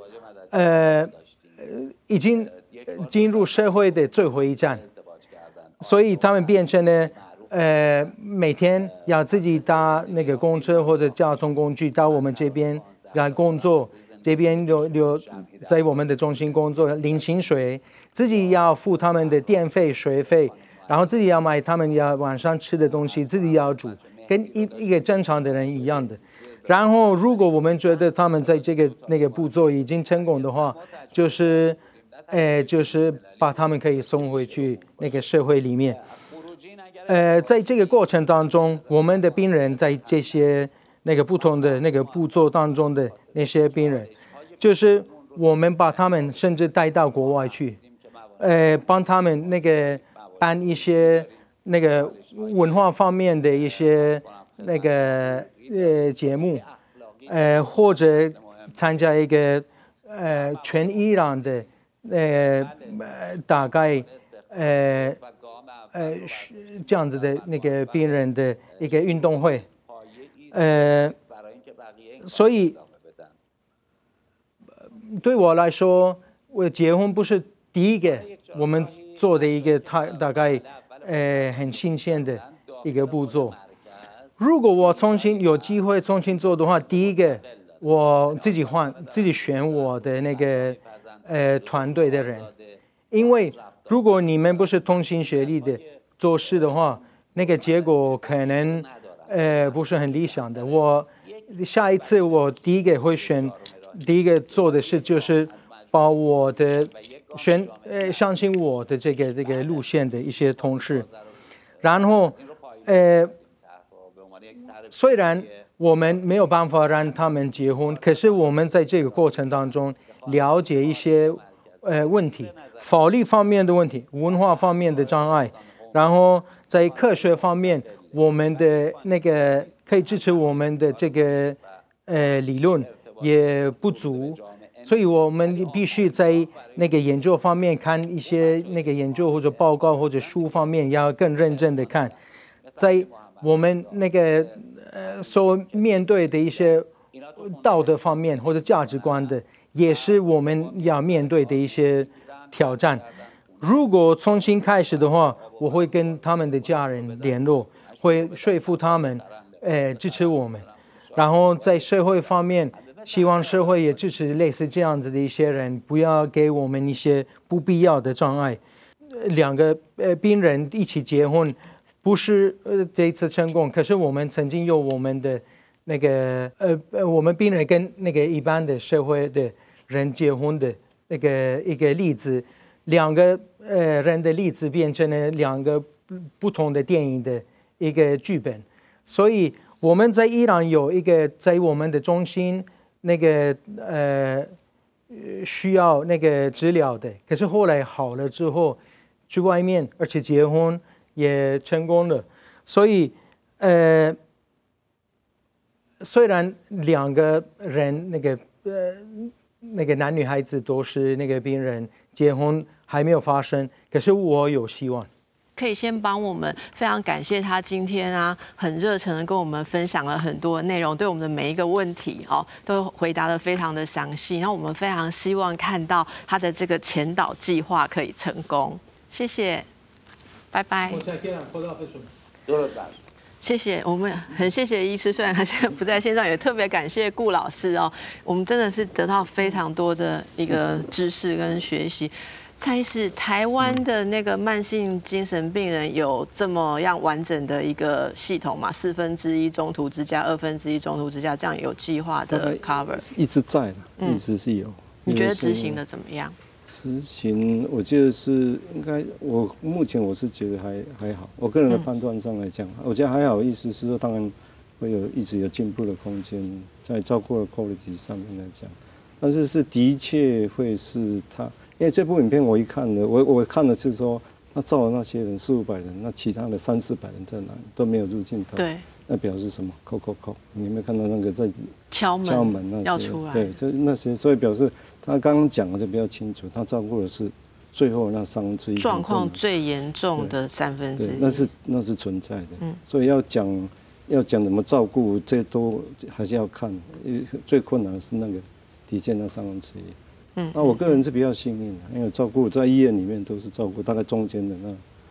已经进入社会的最后一站，所以他们变成了每天要自己搭那个公车或者交通工具到我们这边来工作，这边有在我们的中心工作领薪水，自己要付他们的电费水费，然后自己要买他们要晚上吃的东西，自己要煮，跟一个正常的人一样的。然后，如果我们觉得他们在那个步骤已经成功的话，就是把他们可以送回去那个社会里面。在这个过程当中，我们的病人在这些那个不同的那个步骤当中的那些病人，就是我们把他们甚至带到国外去，帮他们那个办一些那个文化方面的一些那个节目，或者参加一个全伊朗的大概这样子的那个病人的一个运动会，所以对我来说，我结婚不是第一个我们做的一个大概很新鲜的一个步骤。如果我有机会重新做的话，第一个我自己选我的那个团队的人，因为如果你们不是同心协力的做事的话，那个结果可能不是很理想的。我下一次我第一个做的事就是把我的相信我的这个路线的一些同事，然后虽然我们没有办法让他们结婚，可是我们在这个过程当中了解一些问题，法律方面的问题，文化方面的障碍，然后在科学方面，我们的那个可以支持我们的这个理论也不足，所以我们必须在那个研究方面看一些那个研究或者报告或者书方面要更认真的看，在我们那个所面对的一些道德方面或者价值观的，也是我们要面对的一些挑战。如果重新开始的话，我会跟他们的家人联络，会说服他们支持我们，然后在社会方面，希望社会也支持类似这样子的一些人，不要给我们一些不必要的障碍。两个病人一起结婚，不是这一次成功，可是我们曾经有我们的那个我们病人跟那个一般的社会的人结婚的那个一个例子，两个人的例子变成了两个不同的电影的一个剧本。所以我们在伊朗有一个在我们的中心那个需要那个治疗的，可是后来好了之后去外面，而且结婚也成功了。所以虽然两个人那个男女孩子都是那个病人，结婚还没有发生，可是我有希望。 可以先帮我们，非常感谢他今天啊，很热诚的跟我们分享了很多内容，对我们的每一个问题都回答得非常的详细。然后我们非常希望看到他的这个前导计划可以成功。谢谢，拜拜。谢谢，我们很谢谢医师，虽然他现在不在线上，也特别感谢顾老师哦。我们真的是得到非常多的一个知识跟学习。蔡医师，台湾的那个慢性精神病人有这么样完整的一个系统吗？1/4中途之家、1/2中途之家，这样有计划的 cover？ 一直在的，一直是有。 你觉得执行的怎么样？ 执行，我觉得是应该，我目前我是觉得还好。我个人的判断上来讲，我觉得还好。意思是说，当然会一直有进步的空间，在照顾的 quality 上面来讲，但是的确会是他。因为这部影片我一看了，我看的是说，他照的那些人400-500人，那其他的300-400人在哪里都没有入镜头。 对。 那表示什么？扣。你有没有看到那个在敲门那些？要出来。 对，就那些，所以表示他刚刚讲的就比较清楚，他照顾的是最后那1/3 状况最严重的1/3。 那是存在的。所以要讲怎么照顾，这都还是要看。最困难的是那个底线那1/3。那我个人是比较幸运的，因为照顾在医院里面都是照顾大概中间的那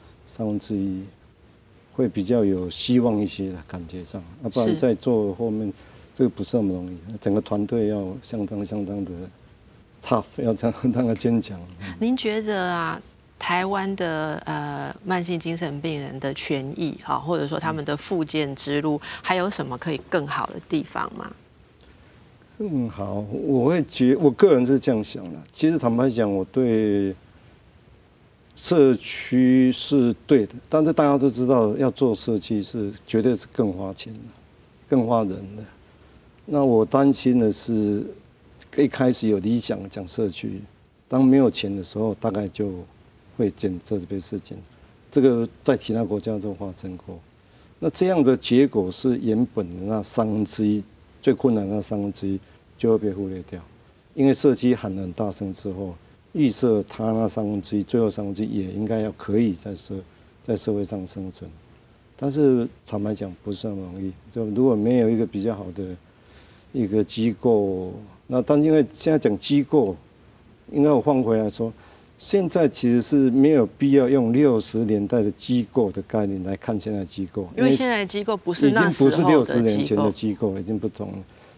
1/3，会比较有希望一些的感觉上。不然在做后面，这个不是那么容易，整个团队要相当的 tough， 要这样让他坚强。 您觉得啊，台湾的慢性精神病人的权益或者说他们的复健之路，还有什么可以更好的地方吗？ 更好，我个人是这样想的。其实坦白讲，我对社区是对的，但是大家都知道，要做社区是绝对是更花钱的，更花人的。那我担心的是，一开始有理想讲社区，当没有钱的时候，大概就会减这些事情。这个在其他国家都发生过。那这样的结果是原本的那1/3。最困难的那1/3就会被忽略掉，因为社区喊得很大声之后，预设他那1/3最后1/3也应该要可以在社会上生存，但是坦白讲不是那么容易。就如果没有一个比较好的一个机构，那但因为现在讲机构，应该我换回来说，现在其实是没有必要用60年代的机构的概念来看现在的机构， 因为现在的机构不是那时候的机构， 已经不是60年前的机构，已经不同了。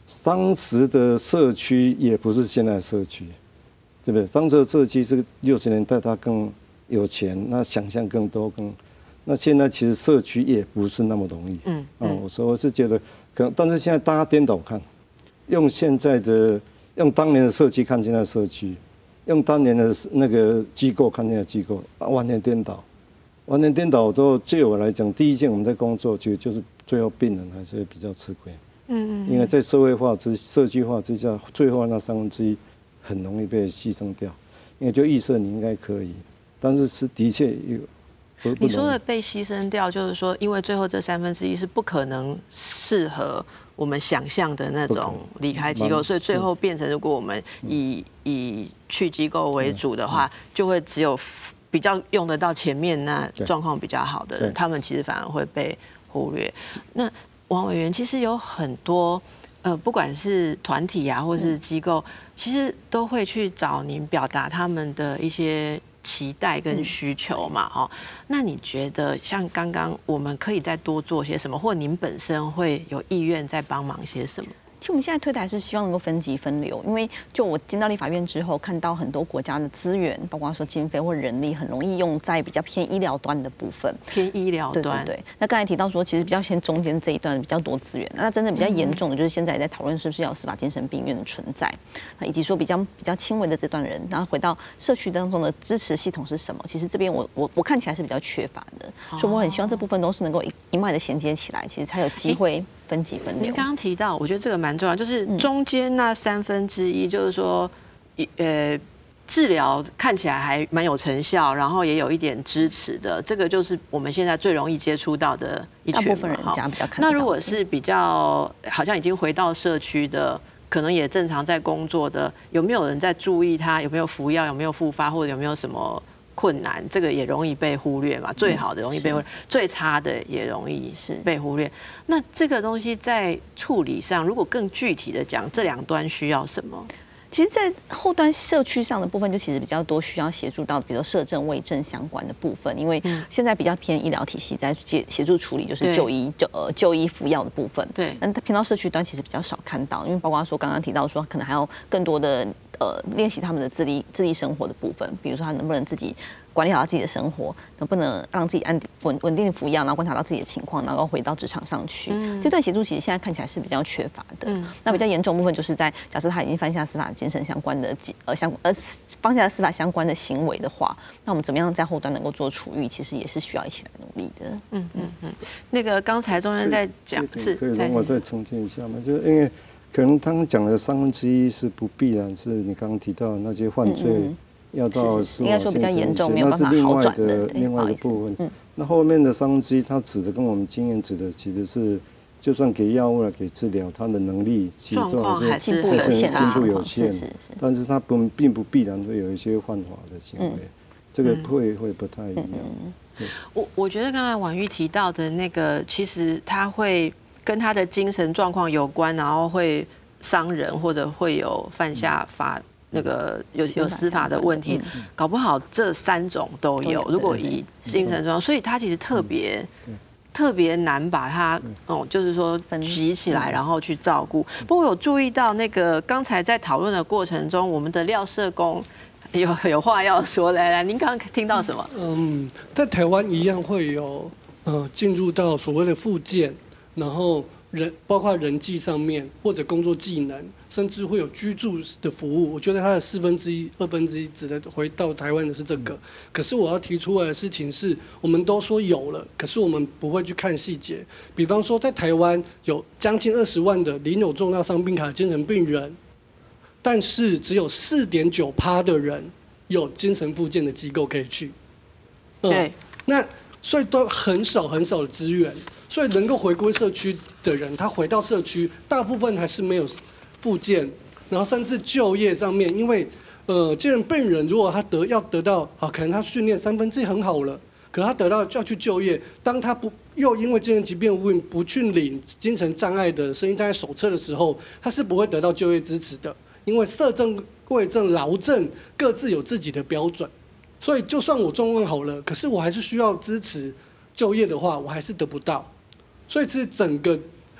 当时的社区也不是现在的社区，对不对？当时的社区是60年代，他更有钱，那想象更多那现在其实社区也不是那么容易。我是觉得可能，但是现在大家颠倒看，用当年的社区看现在的社区，用当年的那个机构看现在的机构，完全颠倒。完全颠倒都对我来讲，第一件我们在工作，其实就是最后病人还是会比较吃亏。因为在社会化社区化之下，最后那1/3很容易被牺牲掉。因为就预设你应该可以，但是的确有。 你说的被牺牲掉，就是说，因为最后这1/3是不可能适合我们想象的那种离开机构，所以最后变成，如果我们以去机构为主的话，就会只有比较用得到前面那状况比较好的人，他们其实反而会被忽略。那王委员，其实有很多不管是团体啊，或是机构，其实都会去找您表达他们的一些期待跟需求嘛，那你觉得像刚刚我们可以再多做些什么，或您本身会有意愿再帮忙些什么？ 其实我们现在推的还是希望能够分级分流，因为就我进到立法院之后，看到很多国家的资源，包括说经费或人力，很容易用在比较偏医疗端的部分。 偏医疗端， 对。那刚才提到说，其实比较偏中间这一段比较多资源，那真正比较严重的就是现在也在讨论是不是要有司法精神病院的存在，以及说比较轻微的这段人，然后回到社区当中的支持系统是什么？其实这边我看起来是比较缺乏的，所以我很希望这部分都是能够一脉的衔接起来，其实才有机会分级分流。 您刚刚提到，我觉得这个蛮重要，就是中间那1/3，就是说，治疗看起来还蛮有成效，然后也有一点支持的，这个就是我们现在最容易接触到的一群。 大部分人家比较看到。 那如果是比较好像已经回到社区的，可能也正常在工作的，有没有人在注意他有没有服药，有没有复发，或者有没有什么困难？这个也容易被忽略嘛。最好的容易被忽略，最差的也容易被忽略。那这个东西在处理上，如果更具体的讲，这两端需要什么？ 其实，在后端社区上的部分，就其实比较多需要协助到，比如社政、卫政相关的部分，因为现在比较偏医疗体系在协助处理，就是就医服药的部分。 对， 但偏到社区端其实比较少看到，因为包括说刚刚提到说，可能还有更多的练习他们的自立生活的部分，比如说他能不能自己管理好自己的生活，能不能让自己稳定的服药，然后观察到自己的情况，然后回到职场上去。这段协助其实现在看起来是比较缺乏的。那比较严重的部分就是在假设他已经犯下司法精神相关的犯下司法相关的行为的话，那我们怎么样在后端能够做处遇，其实也是需要一起来努力的。 那个刚才中央在讲是， 可以让我再重申一下吗？就是因为可能他们讲的1/3是不必然是你刚刚提到的那些犯罪。要到应该说比较严重，没有办法好转的另外一个部分。那后面的1/3，它指的跟我们经验指的其实是，就算给药物了、给治疗，它的能力其实还是进步有限，但是它并不必然会有一些犯法的行为，这个会不太一样。 我觉得刚才婉玉提到的那个，其实他会跟他的精神状况有关，然后会伤人或者会有犯下法。那个有司法的问题，搞不好这3种都有。如果以精神状况，所以他其实特别难把它就是说举起来，然后去照顾。不过我有注意到那个刚才在讨论的过程中，我们的廖社工有话要说。来，您刚刚听到什么？ 在台湾一样会有进入到所谓的复健，然后包括人际上面或者工作技能，甚至会有居住的服务。我觉得它的1/4、2/1指的回到台湾的是这个。可是我要提出来的事情是，我们都说有了，可是我们不会去看细节。比方说，在台湾有将近20万的领有重大伤病卡的精神病人，但是只有4.9%的人有精神复健的机构可以去。 对， 那所以都很少的资源。所以能够回归社区的人，他回到社区，大部分还是没有复健，然后甚至就业上面，因为精神病人如果他要得到可能他训练1/3很好了，可他得到就要去就业，当他又因为精神疾病不去领精神障碍的身心障碍手册的时候，他是不会得到就业支持的，因为社政、卫政、劳政各自有自己的标准，所以就算我状况好了，可是我还是需要支持就业的话，我还是得不到。所以其实整个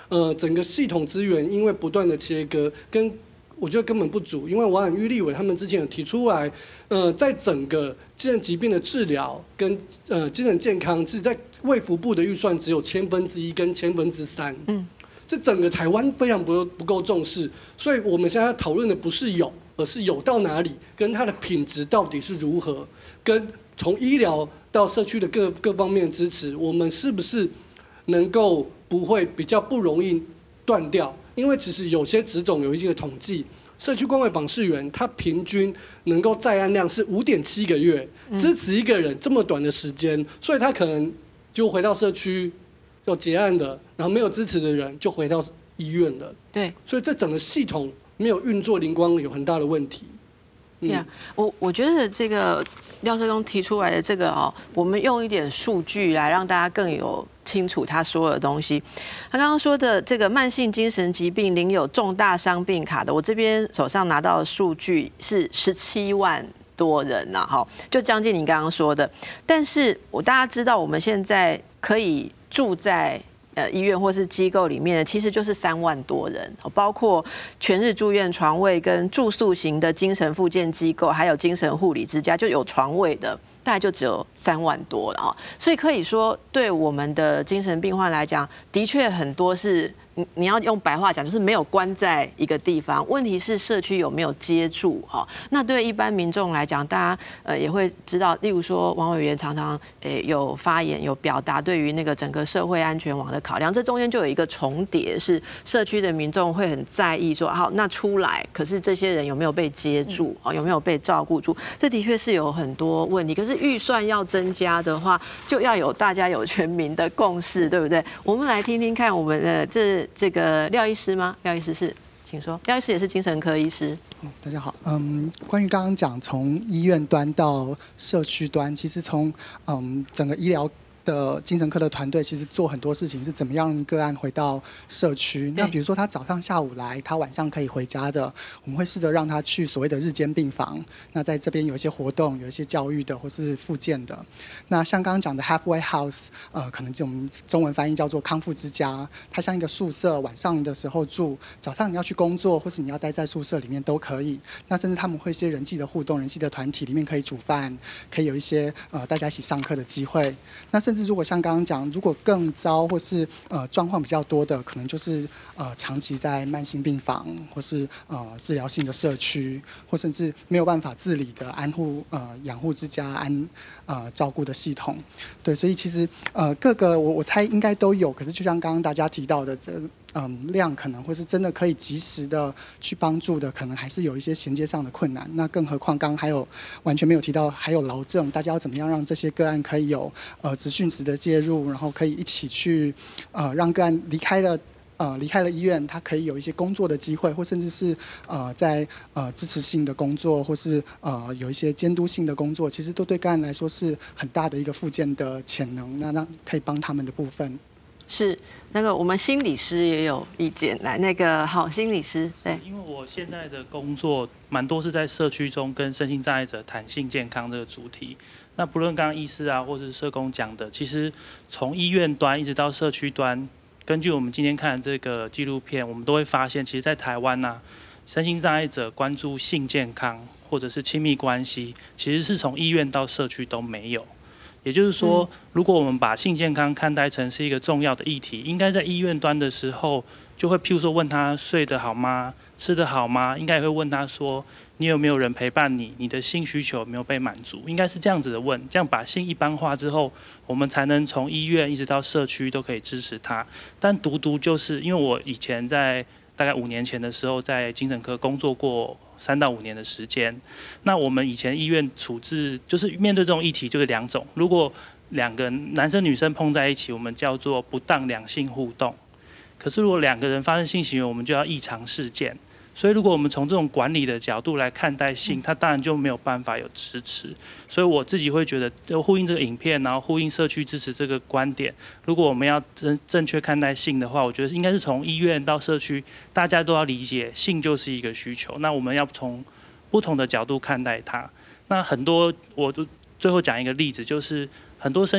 整个系统资源因为不断的切割，我觉得根本不足，因为王婉玉立委他们之前有提出来，在整个精神疾病的治疗跟精神健康是在卫福部的预算只有1/1000跟3/1000，这整个台湾非常不够重视，所以我们现在讨论的不是有，而是有到哪里，跟它的品质到底是如何，跟从医疗到社区的各方面支持，我们是不是能够不会比较不容易断掉？因为其实有些职种有一些统计，社区关怀访视员他平均能够在案量是5.7个月，支持一个人这么短的时间，所以他可能就回到社区有结案的，然后没有支持的人就回到医院了。 对， 所以这整个系统没有运作灵光，有很大的问题。 我觉得这个廖社工提出来的这个我们用一点数据来让大家更有清楚他说的东西。他刚刚说的这个慢性精神疾病领有重大伤病卡的，我这边手上拿到的数据是17万多人呐，就将近你刚刚说的。但是大家知道，我们现在可以住在医院或是机构里面的，其实就是3万多人，包括全日住院床位跟住宿型的精神复健机构，还有精神护理之家，就有床位的，大概就只有3万多了。所以可以说，对我们的精神病患来讲，的确很多是你要用白话讲，就是没有关在一个地方。问题是社区有没有接住那对一般民众来讲，大家也会知道，例如说王委员常常有发言有表达对于那个整个社会安全网的考量，这中间就有一个重叠，是社区的民众会很在意说，好，那出来，可是这些人有没有被接住有没有被照顾住？这的确是有很多问题。可是预算要增加的话，就要有大家有全民的共识，对不对？我们来听听看我们的这个廖医师吗？廖医师是，请说。廖医师也是精神科医师。 大家好，关于刚刚讲从医院端到社区端，其实从整个医疗的精神科的团队其实做很多事情，是怎么样让个案回到社区。那比如说他早上下午来，他晚上可以回家的，我们会试着让他去所谓的日间病房。那在这边有一些活动，有一些教育的或是复健的。那像刚刚讲的 halfway house， 可能我们中文翻译叫做康复之家，它像一个宿舍，晚上的时候住，早上你要去工作或是你要待在宿舍里面都可以。那甚至他们会一些人际的互动，人际的团体里面可以煮饭，可以有一些大家一起上课的机会。那甚至如果像刚刚讲，如果更糟或是状况比较多的，可能就是长期在慢性病房或是治疗性的社区，或甚至没有办法自理的安护养护之家照顾的系统。对，所以其实各个我猜应该都有，可是就像刚刚大家提到的量可能会是真的可以及时的去帮助的，可能还是有一些衔接上的困难。那更何况刚刚还有完全没有提到，还有劳政，大家要怎么样让这些个案可以有职训职的介入，然后可以一起去让个案离开了医院，他可以有一些工作的机会，或甚至是在支持性的工作，或是有一些监督性的工作，其实都对个案来说是很大的一个复健的潜能，那可以帮他们的部分。 是那个我们心理师也有意见，来那个好心理师，对， 因为我现在的工作蛮多是在社区中跟身心障碍者谈性健康这个主题。那不论刚刚医师或者是社工讲的，其实从医院端一直到社区端，根据我们今天看的这个纪录片，我们都会发现，其实在台湾身心障碍者关注性健康或者是亲密关系，其实是从医院到社区都没有。也就是说，如果我们把性健康看待成是一个重要的议题，应该在医院端的时候，就会譬如说问他睡得好吗？吃得好吗？应该也会问他说，你有没有人陪伴你？你的性需求有没有被满足？应该是这样子的问，这样把性一般化之后，我们才能从医院一直到社区都可以支持他。但独就是因为我以前在大概5年前的时候，在精神科工作过3到5年的时间。那我们以前医院处置就是面对这种议题就是2种，如果2个男生女生碰在一起，我们叫做不当两性互动。可是如果2个人发生性行为，我们就要异常事件。所以如果我们从这种管理的角度来看待性，它当然就没有办法有支持。所以我自己会觉得，呼应这个影片，然后呼应社区支持这个观点，如果我们要正确看待性的话，我觉得应该是从医院到社区，大家都要理解性就是一个需求。那我们要从不同的角度看待它。那很多，我最后讲一个例子，就是很多身心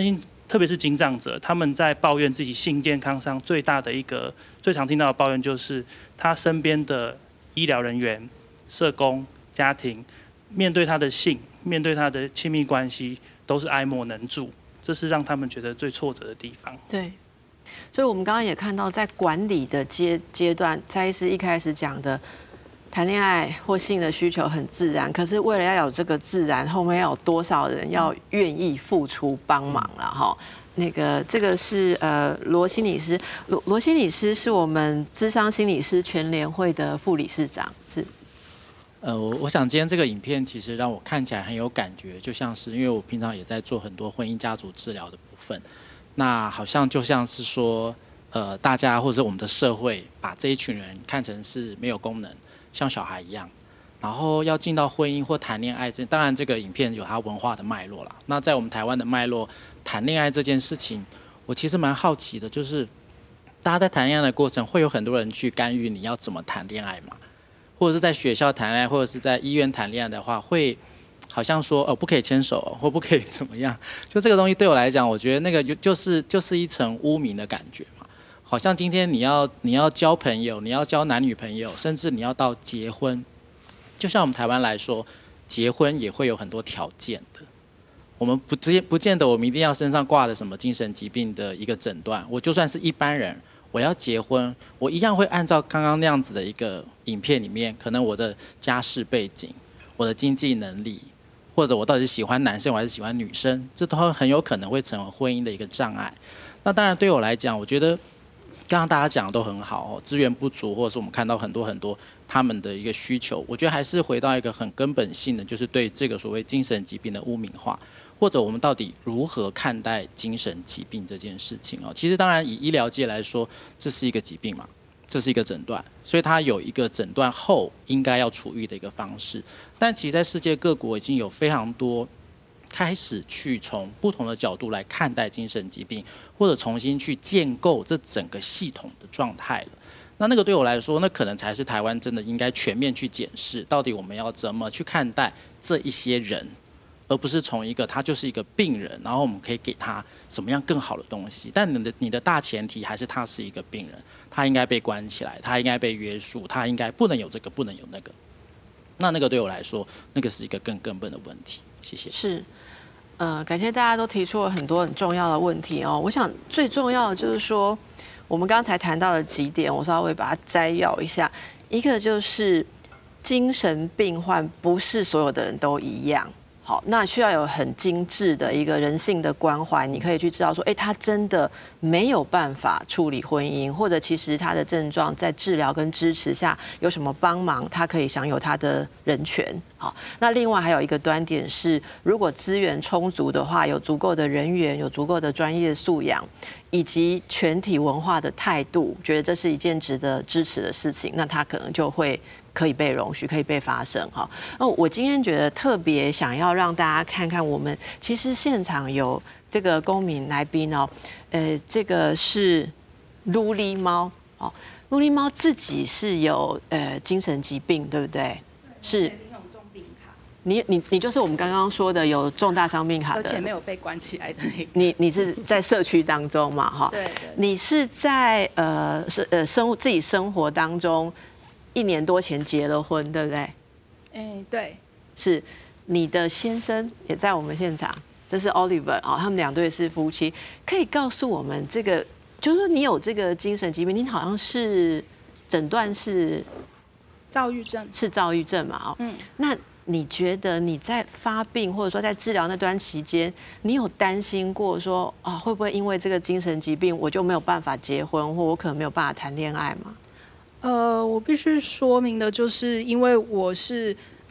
特别是精障者，他们在抱怨自己性健康上最大的最常听到的抱怨就是他身边的医疗人员、社工、家庭面对他的性、面对他的亲密关系都是爱莫能助，这是让他们觉得最挫折的地方。 对，所以我们刚刚也看到，在管理的阶段，蔡医师一开始讲的，谈恋爱或性的需求很自然，可是为了要有这个自然，后面要有多少人要愿意付出帮忙了哈？这个是罗心理师，罗心理师是我们諮商心理师全联会的副理事长，是。 我想今天这个影片其实让我看起来很有感觉，就像是因为我平常也在做很多婚姻家族治疗的部分，那好像就像是说，大家或者我们的社会把这一群人看成是没有功能，像小孩一样，然后要进到婚姻或谈恋爱，当然这个影片有它文化的脉络啦。那在我们台湾的脉络，谈恋爱这件事情，我其实蛮好奇的，就是大家在谈恋爱的过程，会有很多人去干预你要怎么谈恋爱嘛？或者是在学校谈恋爱，或者是在医院谈恋爱的话，会好像说不可以牵手，或不可以怎么样？就这个东西对我来讲，我觉得那个就是一层污名的感觉嘛。好像今天你要交朋友，你要交男女朋友，甚至你要到结婚，就像我们台湾来说，结婚也会有很多条件的。我们不见得我们一定要身上挂的什么精神疾病的一个诊断，我就算是一般人。我要结婚，我一样会按照刚刚那样子的一个影片里面，可能我的家世背景、我的经济能力，或者我到底是喜欢男生还是喜欢女生，这都很有可能会成为婚姻的一个障碍。那当然对我来讲，我觉得刚刚大家讲的都很好，资源不足，或者是我们看到很多他们的一个需求，我觉得还是回到一个很根本性的，就是对这个所谓精神疾病的污名化。或者我们到底如何看待精神疾病这件事情哦？其实当然以医疗界来说，这是一个疾病嘛，这是一个诊断，所以它有一个诊断后应该要处遇的一个方式。但其实在世界各国已经有非常多开始去从不同的角度来看待精神疾病，或者重新去建构这整个系统的状态了。那个对我来说，那可能才是台湾真的应该全面去检视，到底我们要怎么去看待这一些人。而不是从一个他就是一个病人，然后我们可以给他什么样更好的东西。但你的大前提还是他是一个病人，他应该被关起来，他应该被约束，他应该不能有这个，不能有那个。那个对我来说，那个是一个更根本的问题。谢谢。 是，感谢大家都提出了很多很重要的问题哦。我想最重要的就是说，我们刚才谈到了几点，我稍微把它摘要一下。一个就是精神病患不是所有的人都一样。好，那需要有很精致的一个人性的关怀，你可以去知道说，他真的没有办法处理婚姻，或者其实他的症状在治疗跟支持下有什么帮忙，他可以享有他的人权。好，那另外还有一个端点是，如果资源充足的话，有足够的人员，有足够的专业素养，以及全体文化的态度，觉得这是一件值得支持的事情，那他可能就会可以被容许，可以被发生哈。那我今天觉得特别想要让大家看看，我们其实现场有这个公民来宾哦，这个是噜哩猫哦，噜哩猫自己是有精神疾病，对不对？是。你就是我们刚刚说的有重大伤病卡的， 而且没有被关起来的那个。 你是在社区当中嘛？哈， 对。 你是在自己生活当中1年多前结了婚，对不对？ 对。 是你的先生也在我们现场，这是 Oliver 哦，他们2对是夫妻。可以告诉我们这个，就是说你有这个精神疾病，你好像是诊断是躁郁症， 是躁郁症嘛？哦，那你觉得你在发病或者说在治疗那段期间，你有担心过说会不会因为这个精神疾病我就没有办法结婚，或我可能没有办法谈恋爱吗？ 我必须说明的就是，因为我是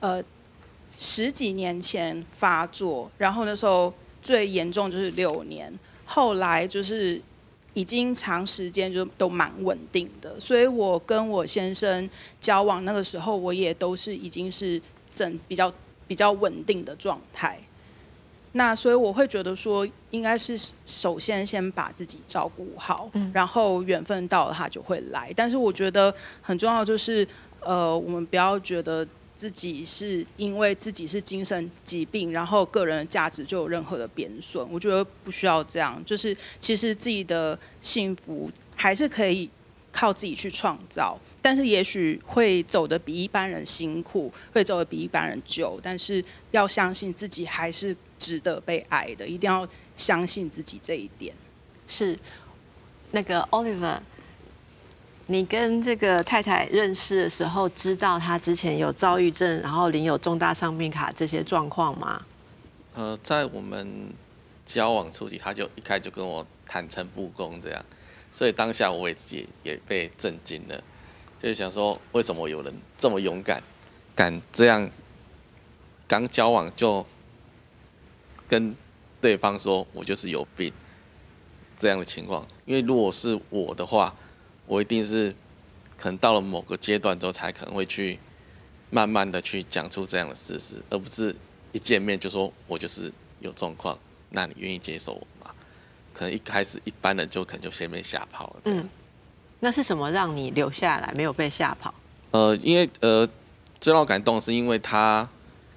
10几年前发作，然后那时候最严重就是6年，后来就是已经长时间就都蛮稳定的，所以我跟我先生交往那个时候，我也都是已经是比较稳定的状态。那所以我会觉得说，应该是首先把自己照顾好，然后缘分到了他就会来。但是我觉得很重要就是，我们不要觉得自己是因为自己是精神疾病，然后个人的价值就有任何的贬损。我觉得不需要这样，就是其实自己的幸福还是可以靠自己去创造，但是也许会走得比一般人辛苦，会走得比一般人久，但是要相信自己还是值得被爱的，一定要相信自己这一点。 是，那个 Oliver， 你跟这个太太认识的时候，知道她之前有躁郁症，然后领有重大伤病卡这些状况吗？ 在我们交往初期，他就一开始就跟我坦诚不公这样，所以当下我也自己也被震惊了，就是想说为什么有人这么勇敢，敢这样刚交往就跟对方说我就是有病这样的情况。因为如果是我的话，我一定是可能到了某个阶段之后才可能会去慢慢的去讲出这样的事实，而不是一见面就说我就是有状况，那你愿意接受我吗？可能一开始一般人就可能就先被吓跑了这样。 那是什么让你留下来，没有被吓跑？ 因为最让我感动是因为他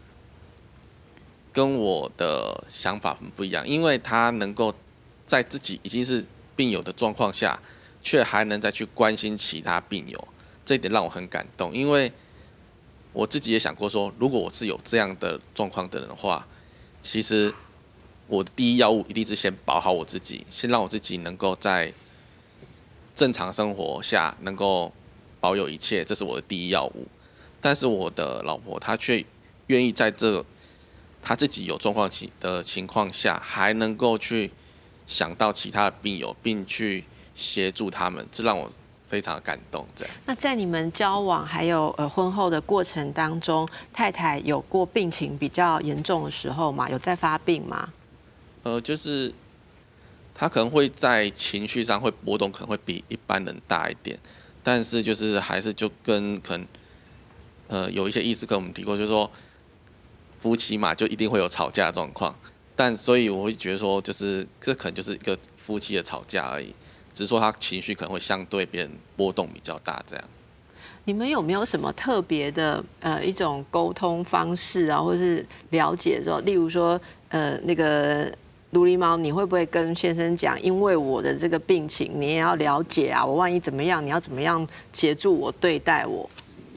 跟我的想法很不一样，因为他能够在自己已经是病友的状况下，却还能再去关心其他病友，这一点让我很感动。因为我自己也想过说，如果我是有这样的状况的人的话，其实我的第一要务一定是先保好我自己，先让我自己能够在正常生活下能够保有一切，这是我的第一要务。但是我的老婆她却愿意在这她自己有状况的情况下，还能够去想到其他的病友，并去协助他们，这让我非常的感动。这样。 那在你们交往还有婚后的过程当中，太太有过病情比较严重的时候吗？有在发病吗？ 就是他可能会在情绪上会波动，可能会比一般人大一点，但是就是还是就跟可能有一些医师跟我们提过，就是说夫妻嘛就一定会有吵架的状况，但所以我会觉得说，就是这可能就是一个夫妻的吵架而已，只是说他情绪可能会相对别人波动比较大这样。 你们有没有什么特别的一种沟通方式啊，或是了解说，例如说那个卢狸猫，你会不会跟先生讲，因为我的这个病情，你也要了解啊，我万一怎么样，你要怎么样协助我对待我？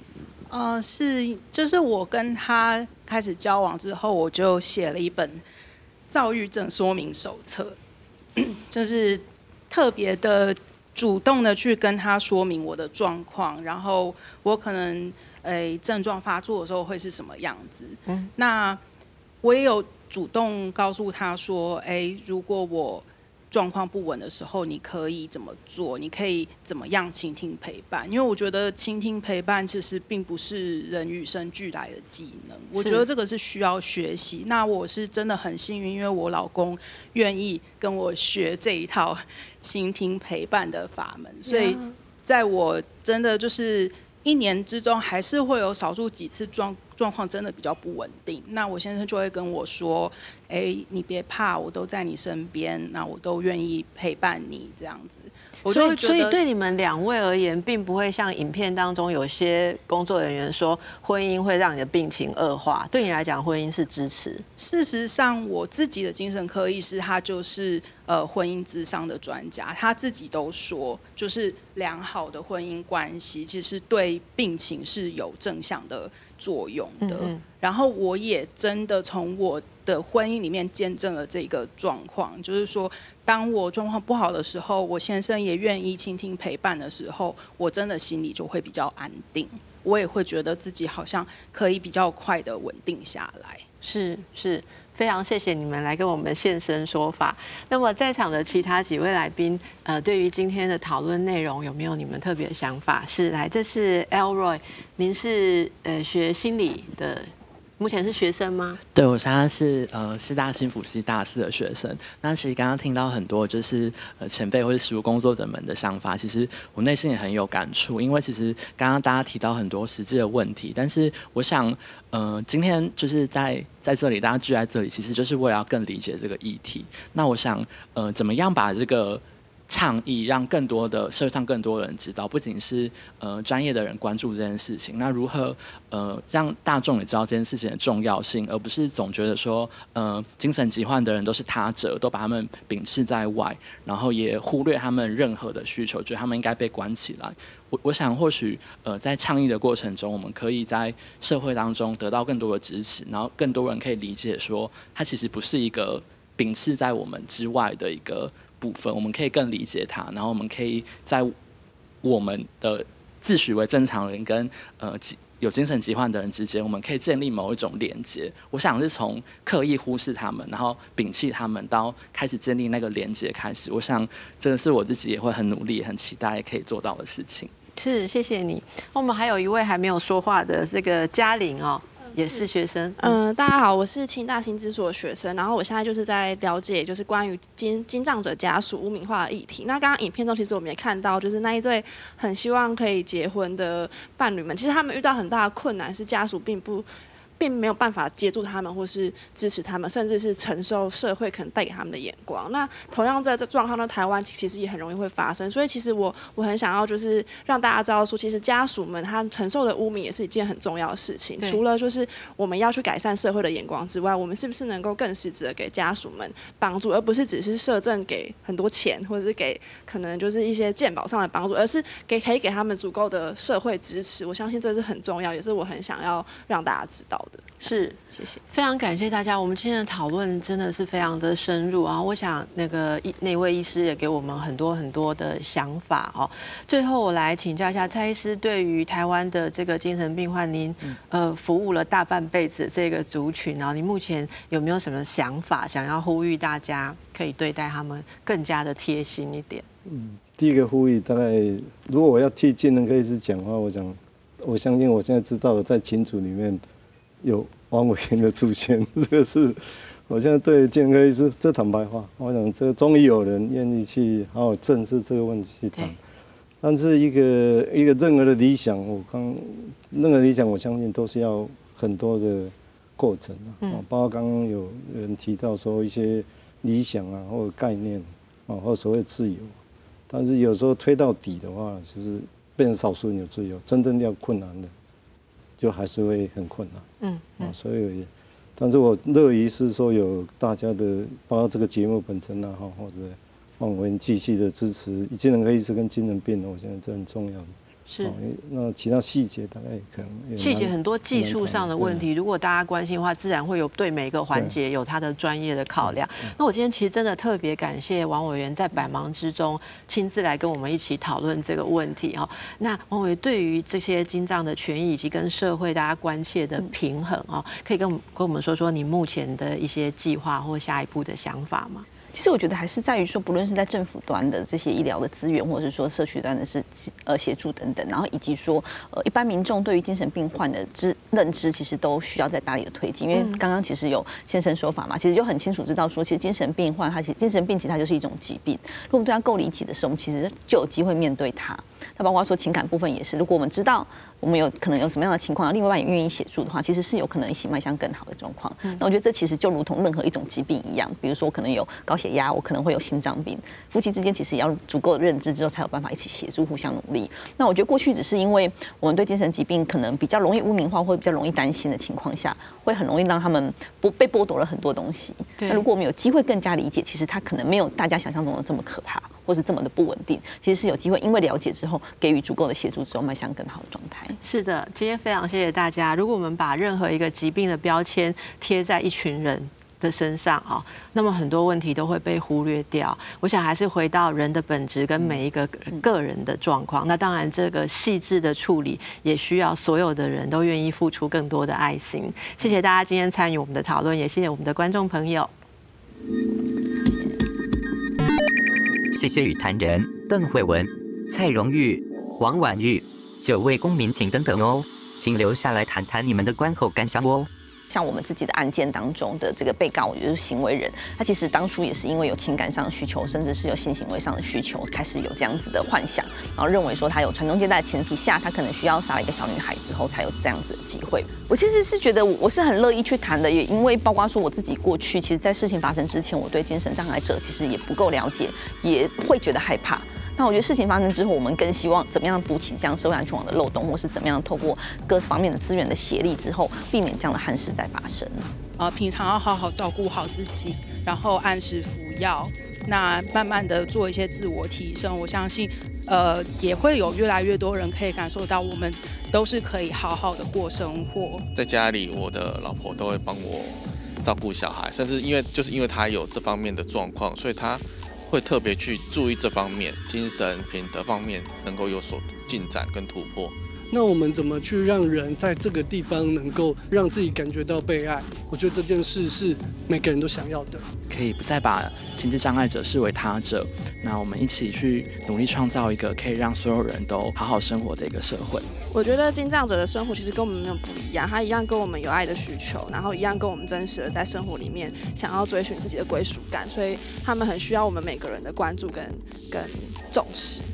就是我跟他开始交往之后，我就写了一本躁郁症说明手册，就是特别的主动的去跟他说明我的状况，然后我可能症状发作的时候会是什么样子。那我也有主动告诉他说，如果我状况不稳的时候，你可以怎么做？你可以怎么样倾听陪伴？因为我觉得倾听陪伴其实并不是人与生俱来的技能，我觉得这个是需要学习。那我是真的很幸运，因为我老公愿意跟我学这一套倾听陪伴的法门，所以在我真的就是1年之中，还是会有少数几次状况真的比较不稳定，那我先生就会跟我说，你别怕，我都在你身边，那我都愿意陪伴你这样子。我就会觉得， 所以对你们2位而言，并不会像影片当中有些工作人员说，婚姻会让你的病情恶化。对你来讲，婚姻是支持。 事实上，我自己的精神科医师，他就是婚姻咨商的专家，他自己都说，就是良好的婚姻关系，其实对病情是有正向的作用的。然后我也真的从我的婚姻里面见证了这个状况，就是说，当我状况不好的时候，我先生也愿意倾听陪伴的时候，我真的心里就会比较安定，我也会觉得自己好像可以比较快的稳定下来。 是。非常谢谢你们来跟我们现身说法。那么在场的其他几位来宾，对于今天的讨论内容有没有你们特别的想法？这是 Elroy， 您是学心理的，目前是学生吗？ 对，我现在是师大心辅系大4的学生。那其实刚刚听到很多就是前辈或是实务工作者们的想法，其实我内心也很有感触，因为其实刚刚大家提到很多实际的问题，但是我想今天就是在这里大家聚在这里，其实就是为了要更理解这个议题。那我想怎么样把这个倡议，让更多的社会上更多人知道，不仅是专业的人关注这件事情，那如何让大众也知道这件事情的重要性，而不是总觉得说精神疾患的人都是他者，都把他们摒斥在外，然后也忽略他们任何的需求，觉得他们应该被关起来。我想或许在倡议的过程中，我们可以在社会当中得到更多的支持，然后更多人可以理解说，它其实不是一个摒斥在我们之外的一个部分，我们可以更理解它，然后我们可以在我们的自诩为正常人跟有精神疾患的人之间，我们可以建立某一种连接。我想是从刻意忽视他们，然后摒弃他们，到开始建立那个连接开始。我想这个是我自己也会很努力、很期待可以做到的事情。 是，谢谢你。我们还有一位还没有说话的这个嘉玲哦。也是学生。 大家好，我是清大心之所的学生，然后我现在就是在了解就是关于精障者家属污名化的议题。那刚刚影片中其实我们也看到，就是那一对很希望可以结婚的伴侣们，其实他们遇到很大的困难是家属并没有办法接住他们，或是支持他们，甚至是承受社会可能带给他们的眼光。那同样这状况在台湾其实也很容易会发生，所以其实我很想要就是让大家知道说，其实家属们他承受的污名也是一件很重要的事情。除了就是我们要去改善社会的眼光之外，我们是不是能够更实质的给家属们帮助，而不是只是社政给很多钱，或者是给可能就是一些健保上的帮助，而是可以给他们足够的社会支持。我相信这是很重要，也是我很想要让大家知道的。 是， 谢谢， 非常感谢大家。我们今天的讨论真的是非常的深入啊！我想那位医师也给我们很多很多的想法哦。最后我来请教一下蔡医师，对于台湾的这个精神病患，您服务了大半辈子这个族群，然后您目前有没有什么想法，想要呼吁大家可以对待他们更加的贴心一点？ 第一个呼吁，大概如果我要替精神科医师讲话，我相信我现在知道的，在群组里面有王委员的出现，这个是我现在对精神科医师，这坦白话，我想这终于有人愿意去好好正视这个问题去谈。但是一个任何的理想，任何理想，我相信都是要很多的过程包括刚刚有人提到说一些理想啊，或者概念或所谓自由，但是有时候推到底的话，就是变成少数人有自由，真正要困难的，就还是会很困难。所以，但是我乐于是说有大家的，包括这个节目本身啊，或者我们继续的支持精神科医师跟精神病人，我觉得这很重要的。 是， 那其他细节大概可能细节很多技术上的问题，如果大家关心的话，自然会有对每个环节有他的专业的考量。那我今天其实真的特别感谢王委员在百忙之中亲自来跟我们一起讨论这个问题哈。那王委员对于这些精障的权益以及跟社会大家关切的平衡啊，可以跟我们说说你目前的一些计划或下一步的想法吗？ 其实我觉得还是在于说，不论是在政府端的这些医疗的资源，或者是说社区端的协助等等，然后以及说一般民众对于精神病患的认知，其实都需要在大力的推进。因为刚刚其实有先生说法嘛，其实就很清楚知道说，其实精神病患精神病其实它就是一种疾病。如果我们对它够理解的时候，我们其实就有机会面对它。那包括说情感部分也是，如果我们知道我们有可能有什么样的情况，另外一半也愿意协助的话，其实是有可能一起迈向更好的状况。那我觉得这其实就如同任何一种疾病一样，比如说我可能有高血压，我可能会有心脏病，夫妻之间其实也要足够的认知之后，才有办法一起协助，互相努力。那我觉得过去只是因为我们对精神疾病可能比较容易污名化，或者比较容易担心的情况下，会很容易让他们被剥夺了很多东西。那如果我们有机会更加理解，其实它可能没有大家想象中的这么可怕，或是这么的不稳定。其实是有机会，因为了解之后，给予足够的协助之后，迈向更好的状态。 是的，今天非常谢谢大家。如果我们把任何一个疾病的标签贴在一群人的身上啊，那么很多问题都会被忽略掉。我想还是回到人的本质跟每一个个人的状况。那当然，这个细致的处理也需要所有的人都愿意付出更多的爱心。谢谢大家今天参与我们的讨论，也谢谢我们的观众朋友。 谢谢与谈人邓慧文、蔡荣玉、王婉玉9位公民请等等哦，请留下来谈谈你们的观后感想哦。 像我们自己的案件当中的这个被告，也就是行为人，他其实当初也是因为有情感上的需求，甚至是有性行为上的需求，开始有这样子的幻想，然后认为说他有传宗接代的前提下，他可能需要杀了一个小女孩之后才有这样子的机会。我其实是觉得我是很乐意去谈的，也因为包括说我自己过去，其实在事情发生之前，我对精神障碍者其实也不够了解，也会觉得害怕。那我觉得事情发生之后，我们更希望怎么样补齐这样社会安全网的漏洞，或是怎么样透过各方面的资源的协力之后，避免这样的憾事再发生。 平常要好好照顾好自己，然后按时服药，那慢慢的做一些自我提升。我相信，也会有越来越多人可以感受到，我们都是可以好好的过生活。在家里，我的老婆都会帮我照顾小孩，甚至因为她有这方面的状况，所以她会特别去注意这方面，精神品德方面能够有所进展跟突破。 那我们怎么去让人在这个地方能够让自己感觉到被爱？我觉得这件事是每个人都想要的。 可以不再把心智障碍者视为他者，那我们一起去努力创造一个可以让所有人都好好生活的一个社会。 我觉得精障者的生活其实跟我们没有不一样，他一样跟我们有爱的需求，然后一样跟我们真实的在生活里面想要追寻自己的归属感，所以他们很需要我们每个人的关注跟重视。